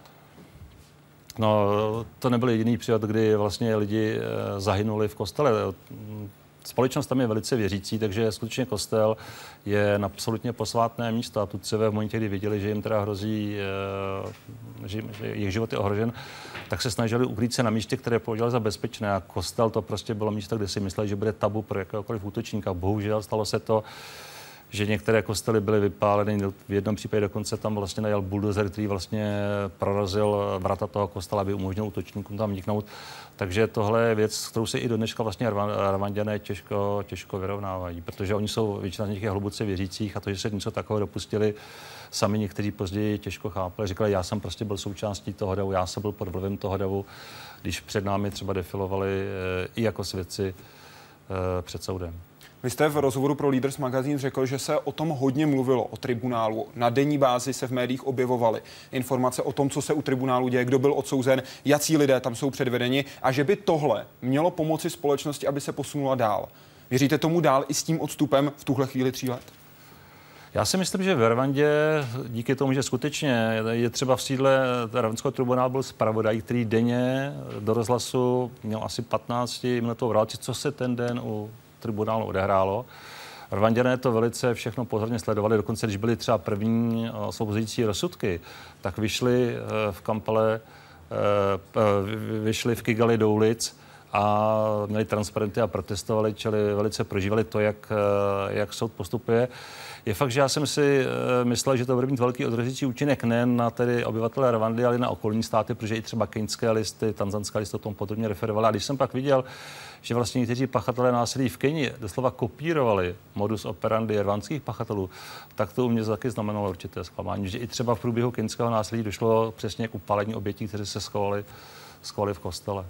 No, to nebyl jediný případ, kdy vlastně lidi zahynuli v kostele. Společnost tam je velice věřící, takže skutečně kostel je absolutně posvátné místo a Tutsiové v momentě, kdy viděli, že jim teda hrozí, že jejich život je ohrožen, tak se snažili ukrýt se na místě, které považovali za bezpečné a kostel to prostě bylo místo, kde si mysleli, že bude tabu pro jakéhokoliv útočníka. Bohužel stalo se to, že některé kostely byly vypáleny, v jednom případě dokonce tam vlastně najel buldozer, který vlastně prorazil vrata toho kostela, aby umožnil útočníkům tam vniknout. Takže tohle je věc, kterou se i do dneška vlastně Rwanďané těžko vyrovnávají, protože oni jsou, většina z nich je hluboce věřících a to, že se něco takového dopustili, sami někteří později těžko chápali. Říkali, já jsem prostě byl součástí toho davu, já jsem byl pod vlivem toho davu, když před námi třeba defilovali i jako svědci před soudem. Vy jste v rozhovoru pro Leaders magazín řekl, že se o tom hodně mluvilo, o tribunálu. Na denní bázi se v médiích objevovaly informace o tom, co se u tribunálu děje, kdo byl odsouzen, jací lidé tam jsou předvedeni a že by tohle mělo pomoci společnosti, aby se posunula dál. Věříte tomu dál i s tím odstupem v tuhle chvíli 3 let? Já si myslím, že v Rwandě díky tomu, že skutečně je třeba v sídle rwandského tribunálu byl zpravodaj, který denně do rozhlasu měl asi 15-minutovou relaci, co se ten den u tribunálu odehrálo. Rwanďané to velice všechno pozorně sledovali, dokonce když byly třeba první osvobozující rozsudky, tak vyšli v Kampale, vyšli v Kigali do ulic a měli transparenty a protestovali, čili velice prožívali to, jak soud postupuje. Je fakt, že já jsem si myslel, že to bude mít velký odrazující účinek nejen na tedy obyvatele Rwandy, ale i na okolní státy, protože i třeba keňské listy, tanzanské listy o tom podrobně referovaly. A když jsem pak viděl, že vlastně někteří pachatelé násilí v Keni doslova kopírovali modus operandi rwandských pachatelů, tak to u mě taky znamenalo určité zklamání, že i třeba v průběhu keňského násilí došlo přesně k upálení obětí, kteří se schovali v kostele.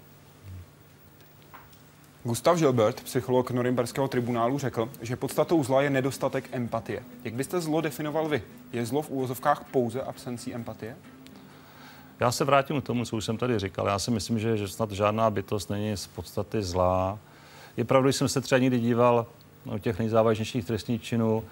Gustav Gilbert, psycholog Norimberského tribunálu, řekl, že podstatou zla je nedostatek empatie. Jak byste zlo definoval vy? Je zlo v úvozovkách pouze absencí empatie? Já se vrátím k tomu, co už jsem tady říkal. Já si myslím, že snad žádná bytost není z podstaty zlá. Je pravda, že jsem se třeba někdy díval u těch nejzávažnějších trestných činů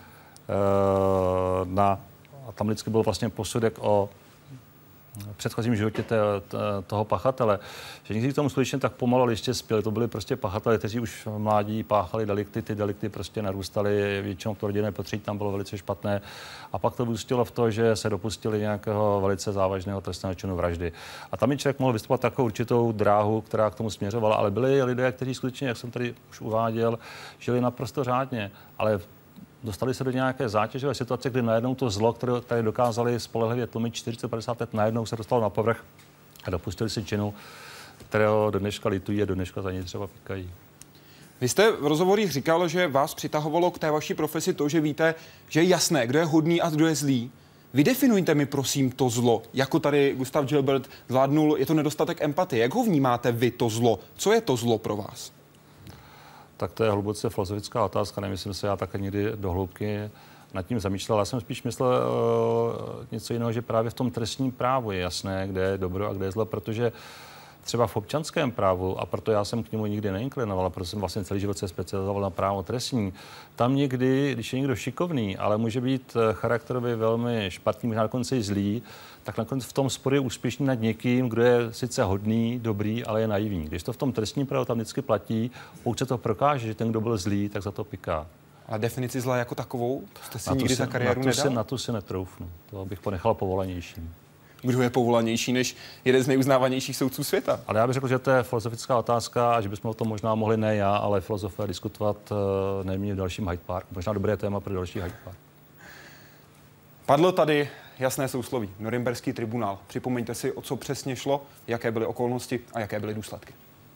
a tam vždycky byl vlastně posudek o předchozím životě toho pachatele, že někdy k tomu skutečně tak pomalu ještě spěli. To byli prostě pachatelé, kteří už v mládí páchali delikty, ty delikty prostě narůstaly, většinou to rodinné prostředí tam bylo velice špatné. A pak to vyústilo v to, že se dopustili nějakého velice závažného trestného činu vraždy. A tam je člověk mohl vystupovat takovou určitou dráhu, která k tomu směřovala, ale byli lidé, kteří skutečně, jak jsem tady už uváděl, žili naprosto řádně, ale dostali se do nějaké zátěžové situace, kdy najednou to zlo, které dokázali spolehlivě tlumit 40-50 let, najednou se dostalo na povrch a dopustili si činu, kterého do dneška litují a do dneška za něj třeba pikají. Vy jste v rozhovorích říkal, že vás přitahovalo k té vaší profesi to, že víte, že je jasné, kdo je hodný a kdo je zlý. Vydefinujte mi, prosím, to zlo. Jako tady Gustav Gilbert zvládnul, je to nedostatek empatie. Jak ho vnímáte vy, to zlo? Co je to zlo pro vás? Tak to je hluboce filozofická otázka. Nemyslím se, já také nikdy do hloubky nad tím zamýšlel. Já jsem spíš myslel něco jiného, že právě v tom trestním právu je jasné, kde je dobro a kde je zlo, protože třeba v občanském právu, a proto já jsem k němu nikdy neinklinoval, protože jsem vlastně celý život se specializoval na právo trestní, tam někdy, když je někdo šikovný, ale může být charakterově velmi špatný, možná dokonce i zlý, tak nakonec v tom sporu je úspěšný nad někým, kdo je sice hodný, dobrý, ale je naivní. Když to v tom trestním právu tam vždycky platí, pokud se to prokáže, že ten, kdo byl zlý, tak za to piká. A definici zla jako takovou jste si nikdy za kariéru nedal? Na tu si netroufnu. To bych ponechal povolanějším. Kdo je povolanější než jeden z nejuznávanějších soudců světa? Ale já bych řekl, že to je filozofická otázka a že bychom o tom možná mohli ne já, ale filozofové diskutovat nejméně v dalším Hyde Park. Možná dobré téma pro další Hyde Park. Padlo tady jasné sousloví. Norimberský tribunál. Připomeňte si, o co přesně šlo, jaké byly okolnosti a jaké byly důsledky.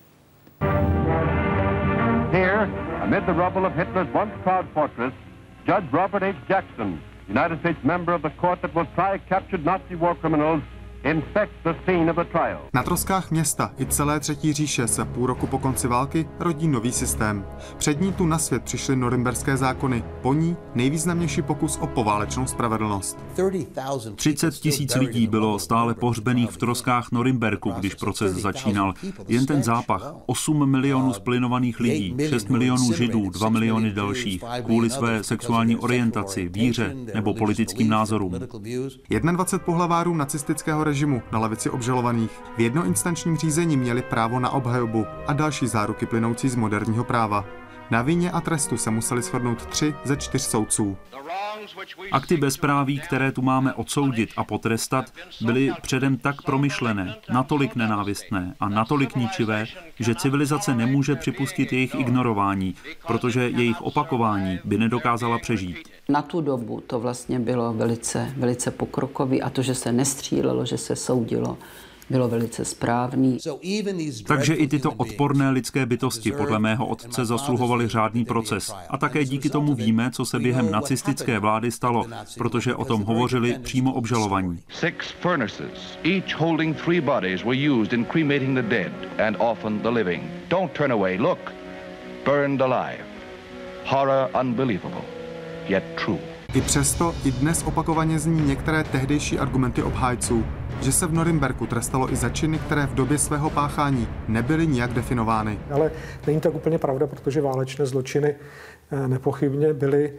Here, amid the rubble of Hitler's once proud fortress, Judge Robert H. Jackson, United States member of the court that will try captured Nazi war criminals, inspects the scene of the trial. Na troskách města i celé Třetí říše se půl roku po konci války rodí nový systém. Před ní tu na svět přišly norimberské zákony, po ní nejvýznamnější pokus o poválečnou spravedlnost. 30 000 lidí bylo stále pohřbených v troskách Norimberku, když proces začínal. Jen ten zápach, 8 milionů splinovaných lidí, 6 milionů Židů, 2 miliony dalších, kvůli své sexuální orientaci, víře nebo politickým názorům. 21 pohlavárů nacistického režimu na lavici obžalovaných v jednoinstančním řízení měli právo na obhajobu a další záruky plynoucí z moderního práva. Na vině a trestu se museli shodnout 3 ze 4 soudců. Akty bezpráví, které tu máme odsoudit a potrestat, byly předem tak promyšlené, natolik nenávistné a natolik ničivé, že civilizace nemůže připustit jejich ignorování, protože jejich opakování by nedokázala přežít. Na tu dobu to vlastně bylo velice pokrokový a to, že se nestřílelo, že se soudilo, bylo velice správný. Takže i tyto odporné lidské bytosti podle mého otce zasluhovaly řádný proces. A také díky tomu víme, co se během nacistické vlády stalo, protože o tom hovořili přímo obžalovaní. 6 furnaces, each holding 3 bodies, were used in cremating the dead and often the living. Don't turn away, look. Burned alive. Horror unbelievable, yet true. I přesto i dnes opakovaně zní některé tehdejší argumenty obhájců, že se v Norimberku trestalo i za činy, které v době svého páchání nebyly nijak definovány. Ale není tak úplně pravda, protože válečné zločiny nepochybně byly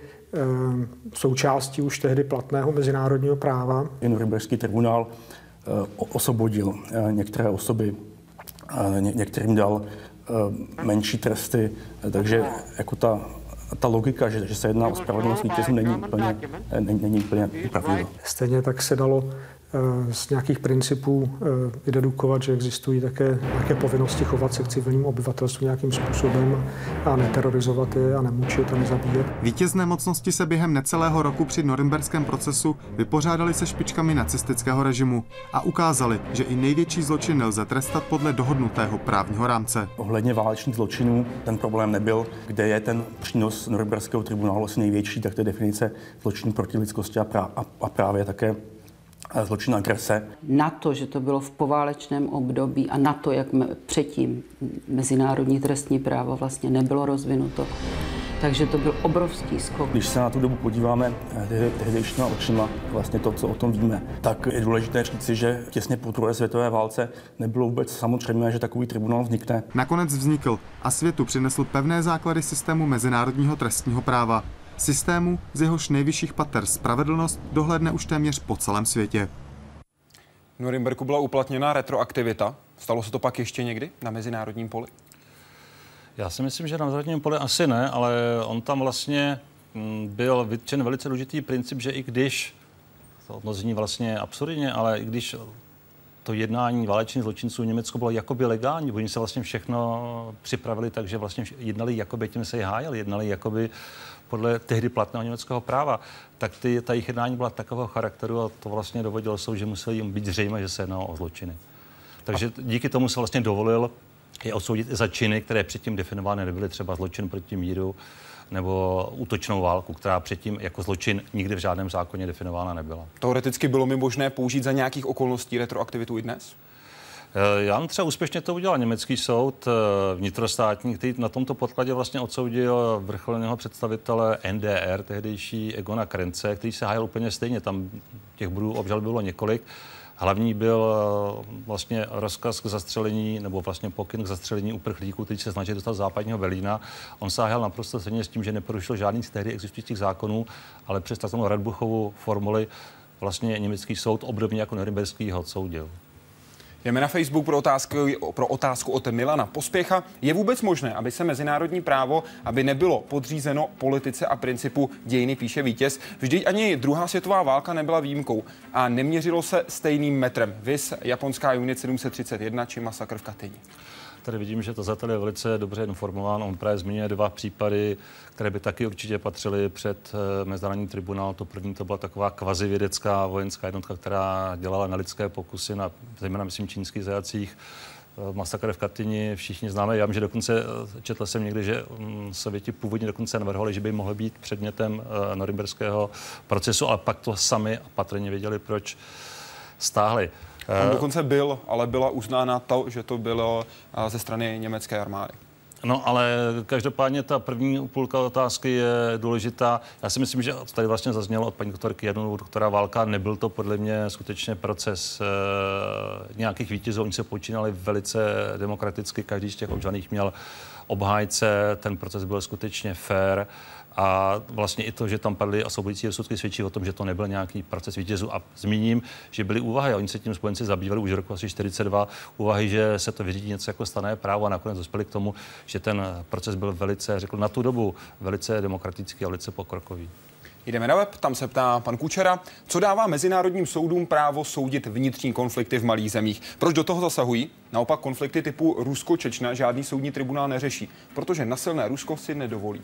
součástí už tehdy platného mezinárodního práva. Norimberský tribunál osvobodil některé osoby, některým dal menší tresty, takže jako ta logika, že se jedná o spravedlnost vítězů, není úplně pravdivá. Stejně tak se dalo z nějakých principů dedukovat, že existují také nějaké povinnosti chovat se k civilnímu obyvatelstvu nějakým způsobem a neterorizovat je a nemučit a nezabíjet. Vítězné mocnosti se během necelého roku při norimberském procesu vypořádali se špičkami nacistického režimu a ukázali, že i největší zločin nelze trestat podle dohodnutého právního rámce. Ohledně válečných zločinů ten problém nebyl, kde je ten přínos norimberského tribunálu asi největší, tak to je definice zločinů proti lidskosti a právě také zločin agrese. Na to, že to bylo v poválečném období a na to, jak předtím mezinárodní trestní právo vlastně nebylo rozvinuto, takže to byl obrovský skok. Když se na tu dobu podíváme tehdejšíma očima, vlastně to, co o tom víme, tak je důležité říci, že těsně po druhé světové válce nebylo vůbec samozřejmé, že takový tribunál vznikne. Nakonec vznikl a světu přinesl pevné základy systému mezinárodního trestního práva. Systému, z jehož nejvyšších pater spravedlnost dohlédne už téměř po celém světě. V Norimberku byla uplatněna retroaktivita. Stalo se to pak ještě někdy na mezinárodním poli? Já si myslím, že na mezinárodním poli asi ne, ale on tam vlastně byl vytčen velice důležitý princip, že i když, to zní vlastně absurdně, ale i když to jednání válečných zločinců v Německu bylo jakoby legální, oni se vlastně všechno připravili tak, že vlastně jednali jakoby tím se hájili, jednali jakoby podle tehdy platného německého práva, tak ta jejich jednání byla takového charakteru a to vlastně dovodilo soud, že museli jim být zřejmé, že se jednalo o zločiny. Takže díky tomu se vlastně dovolil je odsoudit i za činy, které předtím definovány nebyly, třeba zločin proti míru nebo útočnou válku, která předtím jako zločin nikdy v žádném zákoně definována nebyla. Teoreticky bylo mi možné použít za nějakých okolností retroaktivitu i dnes? Já třeba úspěšně to udělal německý soud vnitrostátní, který na tomto podkladě vlastně odsoudil vrcholného představitele NDR, tehdejší Egona Krence, který se hájil úplně stejně. Tam těch bodů obžaloby bylo několik. Hlavní byl vlastně rozkaz k zastřelení, nebo vlastně pokyn k zastřelení uprchlíků, který se snažil dostat z západního Berlína. On sáhal naprosto stejně s tím, že neporušil žádný z tehdy existujících zákonů, ale přes takzvanou Radbuchovu formuli vlastně německý soud obdobně jako norimberský ho odsoudil. Jdeme na Facebook pro otázku od Milana Pospěcha. Je vůbec možné, aby se mezinárodní právo, aby nebylo podřízeno politice a principu dějiny píše vítěz? Vždyť ani druhá světová válka nebyla výjimkou a neměřilo se stejným metrem. Viz japonská unit 731 či masakr v Katyni. Tady vidím, že tazatel je velice dobře informován. On právě zmiňuje 2 případy, které by taky určitě patřily před mezinárodní tribunál. To první to byla taková kvazivědecká vojenská jednotka, která dělala na lidské pokusy na zejména, myslím, čínských zajacích. Masakr v Katyni všichni známe. Já vím, že dokonce četl jsem někdy, že Sověti původně dokonce navrhovali, že by mohly být předmětem norimberského procesu, ale pak to sami patrně věděli, proč stáhli. On dokonce byl, ale byla uznána to, že to bylo ze strany německé armády. No, ale každopádně ta první půlka otázky je důležitá. Já si myslím, že tady vlastně zaznělo od paní doktorky jednou, doktora Válka, nebyl to podle mě skutečně proces nějakých vítězů. Oni se počínali velice demokraticky, každý z těch obžalovaných měl obhájce, ten proces byl skutečně fair. A vlastně i to, že tam padly osvobodující rozsudky, svědčí o tom, že to nebyl nějaký proces vítězů. A zmíním, že byly úvahy, a oni se tím spojenci zabývali už roku asi 42, úvahy, že se to vyřídí něco jako stanné právo a nakonec dospěli k tomu, že ten proces byl velice, řekl na tu dobu, velice demokratický a velice pokrokový. Jdeme na web, tam se ptá pan Kučera, co dává mezinárodním soudům právo soudit vnitřní konflikty v malých zemích. Proč do toho zasahují? Naopak konflikty typu Rusko-Čečna žádný soudní tribunál neřeší, protože nasilné Rusko si nedovolí.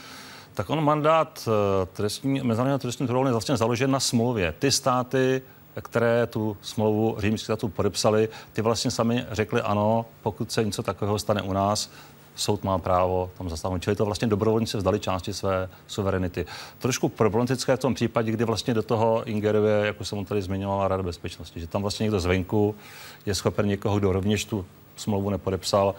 Tak on mandát mezinárodního trestního tribunálu je vlastně založen na smlouvě. Ty státy, které tu smlouvu římských států podepsali, ty vlastně sami řekli ano, pokud se něco takového stane u nás, soud má právo tam zasáhnout. Čili to vlastně dobrovolníci vzdali části své suverenity. Trošku problematické v tom případě, kdy vlastně do toho ingeruje, jako jsem tady zmiňovala, Rada bezpečnosti, že tam vlastně někdo zvenku je schopen někoho, kdo rovněž tu smlouvu nepodepsal,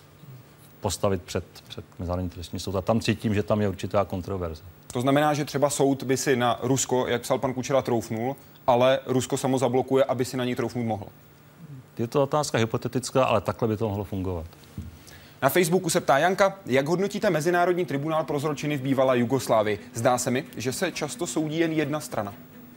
postavit před mezinárodní trestní soud. A tam cítím, že tam je určitá kontroverze. To znamená, že třeba soud by si na Rusko, jak psal pan Kučera, troufnul, ale Rusko samo zablokuje, aby si na ní troufnout mohl. Je to otázka hypotetická, ale takhle by to mohlo fungovat. Na Facebooku se ptá Janka, jak hodnotíte Mezinárodní tribunál pro zločiny v bývalé Jugoslávii? Zdá se mi, že se často soudí jen jedna strana.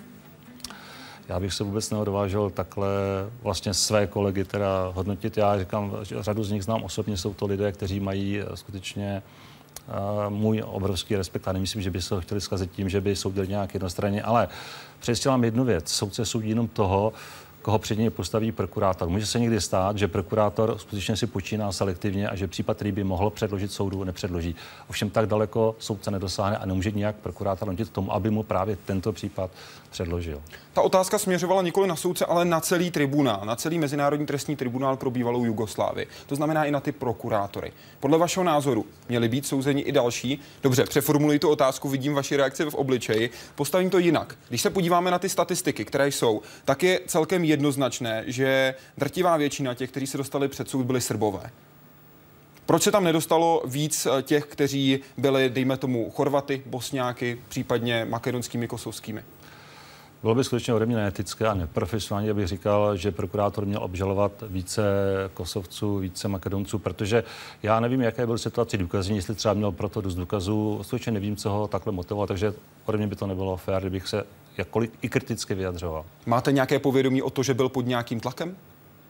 Já bych se vůbec neodvážil takhle vlastně své kolegy teda hodnotit. Já říkám, že řadu z nich znám osobně, jsou to lidé, kteří mají skutečně můj obrovský respekt a nemyslím, že by se ho chtěli zkazit tím, že by soudili nějak jednostranně, ale přestělám jednu věc. Soudce soudí jenom toho, koho před něj postaví prokurátor. Může se někdy stát, že prokurátor skutečně si počíná selektivně a že případ, který by mohl předložit soudu, nepředloží. Ovšem tak daleko soudce nedosáhne a nemůže nijak prokurátor nutit k tomu, aby mu právě tento případ předložil. Ta otázka směřovala nikoli na soudce, ale na celý tribunál, na celý Mezinárodní trestní tribunál pro bývalou Jugoslávii. To znamená i na ty prokurátory. Podle vašeho názoru měli být souzeni i další? Dobře, přeformuluji tu otázku, vidím vaši reakci v obličeji. Postavím to jinak. Když se podíváme na ty statistiky, které jsou, tak je celkem jednoznačné, že drtivá většina těch, kteří se dostali před soud, byli Srbové. Proč se tam nedostalo víc těch, kteří byli, dejme tomu, Chorvaty, Bosňáky, případně makedonskými, kosovskými? Bylo by skutečně ode mě neetické a neprofesionálně, abych říkal, že prokurátor měl obžalovat více Kosovců, více Makedonců, protože já nevím, jaké byly situace důkazní, jestli třeba měl proto dost důkazů, skutečně nevím, co ho takhle motivovalo, takže ode mě by to nebylo fér, kdybych se jakkoliv i kriticky vyjadřoval. Máte nějaké povědomí o to, že byl pod nějakým tlakem?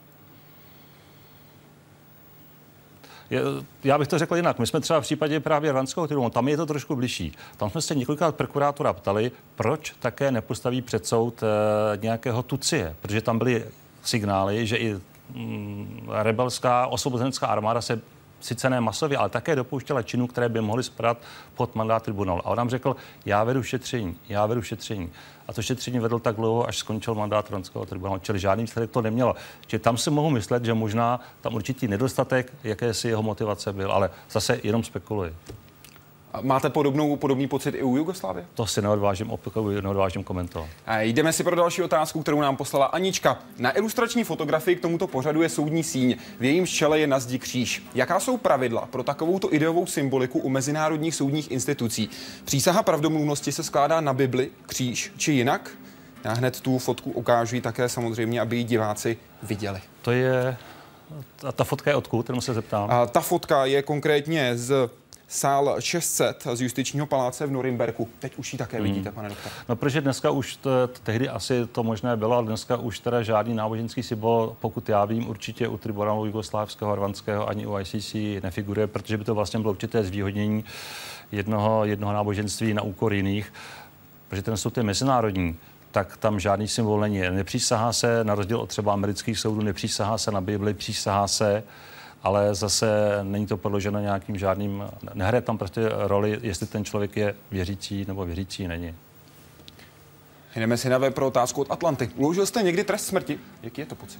Já bych to řekl jinak. My jsme třeba v případě právě Rwandského tribunálu, tam je to trošku bližší. Tam jsme se několikrát prokurátora ptali, proč také nepostaví před soud nějakého Tutsie, protože tam byly signály, že i rebelská osvobozenecká armáda se sice ne masově, ale také dopouštěla činů, které by mohly spadat pod mandát tribunálu. A on nám řekl, já vedu šetření. A to šetření vedl tak dlouho, až skončil mandát Trnavského tribunálu, čili žádný výsledek to nemělo. Čili tam si mohu myslet, že možná tam určitý nedostatek, jakési jeho motivace byl, ale zase jenom spekuluji. Máte podobný pocit i u Jugoslávie? To si neodvážím komentovat. A jdeme si pro další otázku, kterou nám poslala Anička. Na ilustrační fotografii k tomuto pořadu je soudní síň. V jejímž čele je na zdi kříž. Jaká jsou pravidla pro takovouto ideovou symboliku u mezinárodních soudních institucí? Přísaha pravdomluvnosti se skládá na Bibli, kříž či jinak? Já hned tu fotku ukážu také samozřejmě, aby ji diváci viděli. To je... A ta fotka je odkud, kterou se zeptám? A ta fotka je konkrétně z sál 600 z Justičního paláce v Norimberku. Teď už ji také vidíte, pane doktore. No, protože dneska už tehdy asi to možné bylo, ale dneska už teda žádný náboženský symbol, pokud já vím, určitě u tribunálu jugoslávského, rwandského ani u ICC nefiguruje, protože by to vlastně bylo určité zvýhodnění jednoho náboženství na úkor jiných, protože ten soud je mezinárodní, tak tam žádný symbol není. Nepřísahá se, na rozdíl od třeba amerických soudů, nepřísahá se na Bibli, přísahá se, ale zase není to podloženo nějakým žádným, nehraje tam prostě roli, jestli ten člověk je věřící nebo věřící není. Jdeme si na web pro otázku od Atlanty. Uložil jste někdy trest smrti? Jaký je to pocit?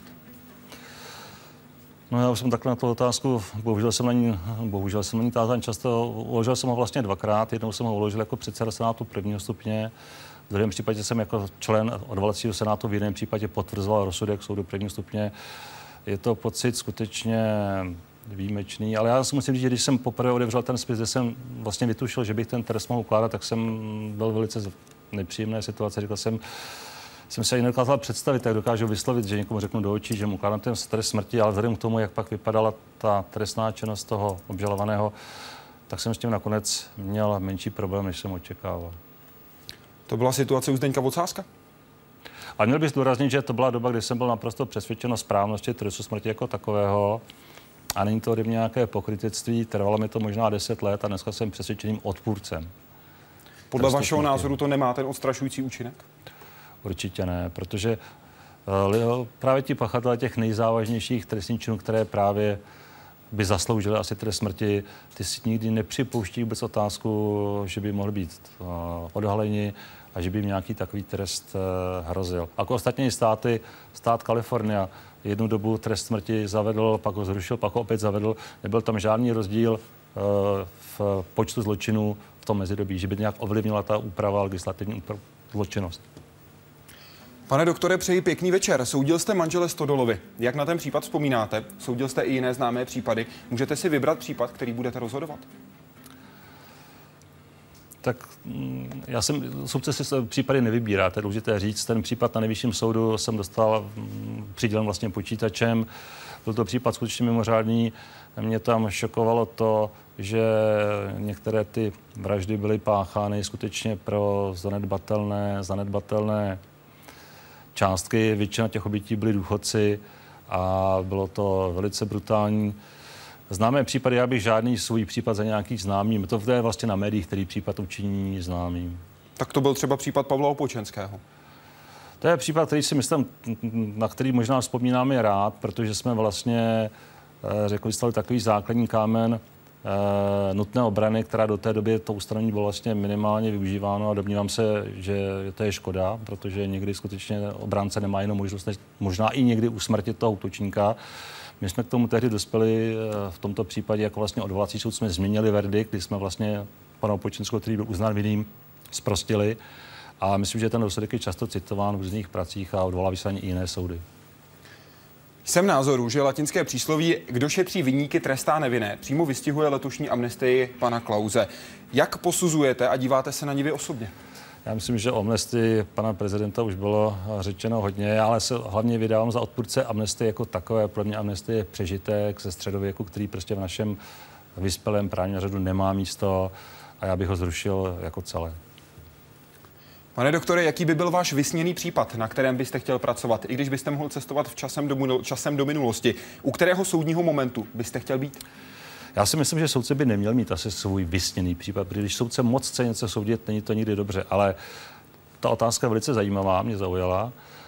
No já už jsem takhle na tu otázku, bohužel jsem na ní tázán často, uložil jsem ho vlastně dvakrát, jednou jsem ho uložil jako předseda senátu prvního stupně, v druhém případě jsem jako člen odvolacího senátu, v jiném případě potvrzoval rozsudek soudu prvního stupně. Je to pocit skutečně výjimečný, ale já si musím říct, že když jsem poprvé otevřel ten spis, kde jsem vlastně vytušil, že bych ten trest mohl ukládat, tak jsem byl velice v nepříjemné situaci. Říkal jsem si ani nedokázal představit, jak dokážu vyslovit, že někomu řeknu do očí, že mu ukládám ten trest smrti, ale vzhledem k tomu, jak pak vypadala ta trestná činnost toho obžalovaného, tak jsem s tím nakonec měl menší problém, než jsem očekával. To byla situace u Zdeňka Vocáska? A měl bych zdůraznit, že to byla doba, kdy jsem byl naprosto přesvědčen o správnosti trestu smrti jako takového. A není to ode mě nějaké pokrytectví, trvalo mi to možná 10 let a dneska jsem přesvědčeným odpůrcem. Podle vašeho názoru to nemá ten odstrašující účinek? Určitě ne, protože právě ti pachatelé těch nejzávažnějších trestných činů, které právě by zasloužili asi trest smrti, ty si nikdy nepřipouští vůbec otázku, že by mohli být odhaleni a že by jim nějaký takový trest hrozil. Jako ostatní státy, stát Kalifornia jednu dobu trest smrti zavedl, pak ho zrušil, pak ho opět zavedl. Nebyl tam žádný rozdíl v počtu zločinů v tom mezidobí, že by nějak ovlivnila ta úprava, legislativní zločinnost. Pane doktore, přeji pěkný večer. Soudil jste manžele Stodolovi. Jak na ten případ vzpomínáte? Soudil jste i jiné známé případy. Můžete si vybrat případ, který budete rozhodovat? Tak soudce si případy nevybírá, to je důležité říct. Ten případ na nejvyšším soudu jsem dostal přidělen vlastně počítačem. Byl to případ skutečně mimořádný. Mě tam šokovalo to, že některé ty vraždy byly páchány skutečně pro zanedbatelné částky. Většina těch obětí byli důchodci a bylo to velice brutální. Známé případy, já bych žádný svůj případ za nějaký známý. To je vlastně na médiích, který případ učiní známým. Tak to byl třeba případ Pavla Opočenského. To je případ, který si myslím, na který možná vzpomínáme rád, protože jsme vlastně, řekli jste, takový základní kámen nutné obrany, která do té doby to ustanovení bylo vlastně minimálně využíváno a domnívám se, že to je škoda, protože někdy skutečně obránce nemá jinou možnost, možná i někdy usmrtit toho útočníka. My jsme k tomu tehdy dospěli v tomto případě, jako vlastně odvolací soud jsme změnili verdikt, kdy jsme vlastně pana Opočenského, který byl uznán vinným, zprostili. A myslím, že ten rozsudek je často citován v různých pracích a odvolávají se ani i jiné soudy. Jsem názoru, že latinské přísloví "kdo šetří viníky, trestá nevinné" přímo vystihuje letošní amnestii pana Klause. Jak posuzujete a díváte se na ní vy osobně? Já myslím, že o amnestii pana prezidenta už bylo řečeno hodně, ale se hlavně vydávám za odpůrce amnestie jako takové. Pro mě amnestie je přežitek ze středověku, který prostě v našem vyspělém právním řádu nemá místo a já bych ho zrušil jako celé. Pane doktore, jaký by byl váš vysněný případ, na kterém byste chtěl pracovat, i když byste mohl cestovat časem do minulosti? U kterého soudního momentu byste chtěl být? Já si myslím, že soudce by neměl mít asi svůj vysněný případ, protože když soudce moc chce něco soudit, není to nikdy dobře, ale ta otázka je velice zajímavá, mě zaujala.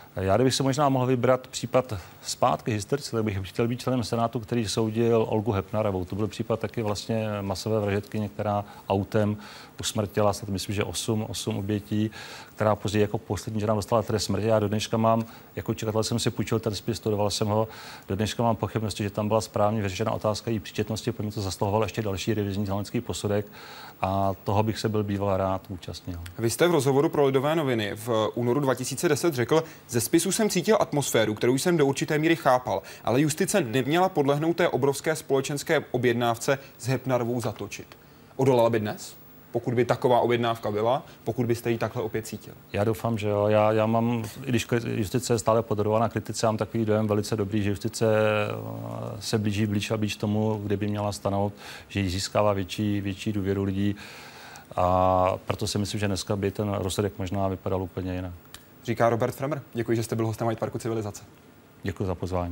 Já kdybych si možná mohl vybrat případ zpátky historicky, tak bych chtěl být členem Senátu, který soudil Olgu Hepnarovou. To byl případ taky vlastně masové vražedkyně, která autem usmrtila, snad myslím, že 8 obětí, která později jako poslední žena dostala trest smrti. Já do dneška mám, jako čekatel jsem si půjčil ten spis, studoval jsem ho, do dneška mám pochybnosti, že tam byla správně vyřešena otázka její příčetnosti, protože to zasluhoval ještě další revizní znalecký posudek a toho bych se byl býval rád účastnil. Vy jste v rozhovoru pro Lidové noviny v únoru 2010 řekl, ze spisu jsem cítil atmosféru, kterou jsem do určité míry chápal, ale justice neměla podlehnout té obrovské společenské objednávce s Hepnarovou zatočit. Odolala by dnes? Pokud by taková objednávka byla, pokud byste ji takhle opět cítil? Já doufám, že jo. Já mám, i když justice je stále podrobovaná kritice, mám takový dojem velice dobrý, že justice se blíží blíž a blíž tomu, kde by měla stanout, že jí získává větší důvěru lidí. A proto si myslím, že dneska by ten rozsudek možná vypadal úplně jinak. Říká Robert Fremer. Děkuji, že jste byl hostem Hyde Parku Civilizace. Děkuji za pozvání.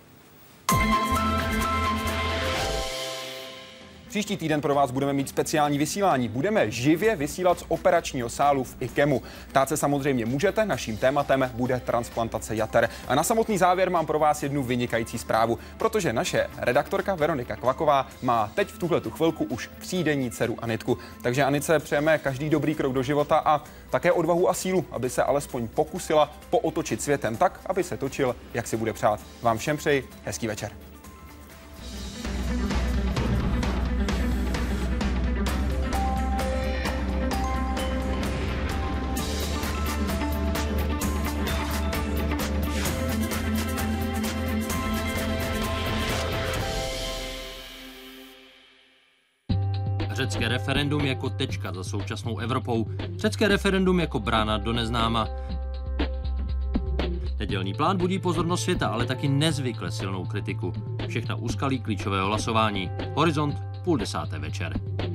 Příští týden pro vás budeme mít speciální vysílání. Budeme živě vysílat z operačního sálu v IKEMu. Ptát se samozřejmě můžete, naším tématem bude transplantace jater. A na samotný závěr mám pro vás jednu vynikající zprávu, protože naše redaktorka Veronika Kvaková má teď v tuhletu chvilku už třídenní dceru Anitku. Takže Anice přejeme každý dobrý krok do života a také odvahu a sílu, aby se alespoň pokusila pootočit světem tak, aby se točil, jak si bude přát. Vám všem přeji hezký večer. Řecké referendum jako tečka za současnou Evropou. Řecké referendum jako brána do neznáma. Nedělní plán budí pozornost světa, ale taky nezvykle silnou kritiku. Všechna úskalí klíčového hlasování. Horizont 9:30 večer.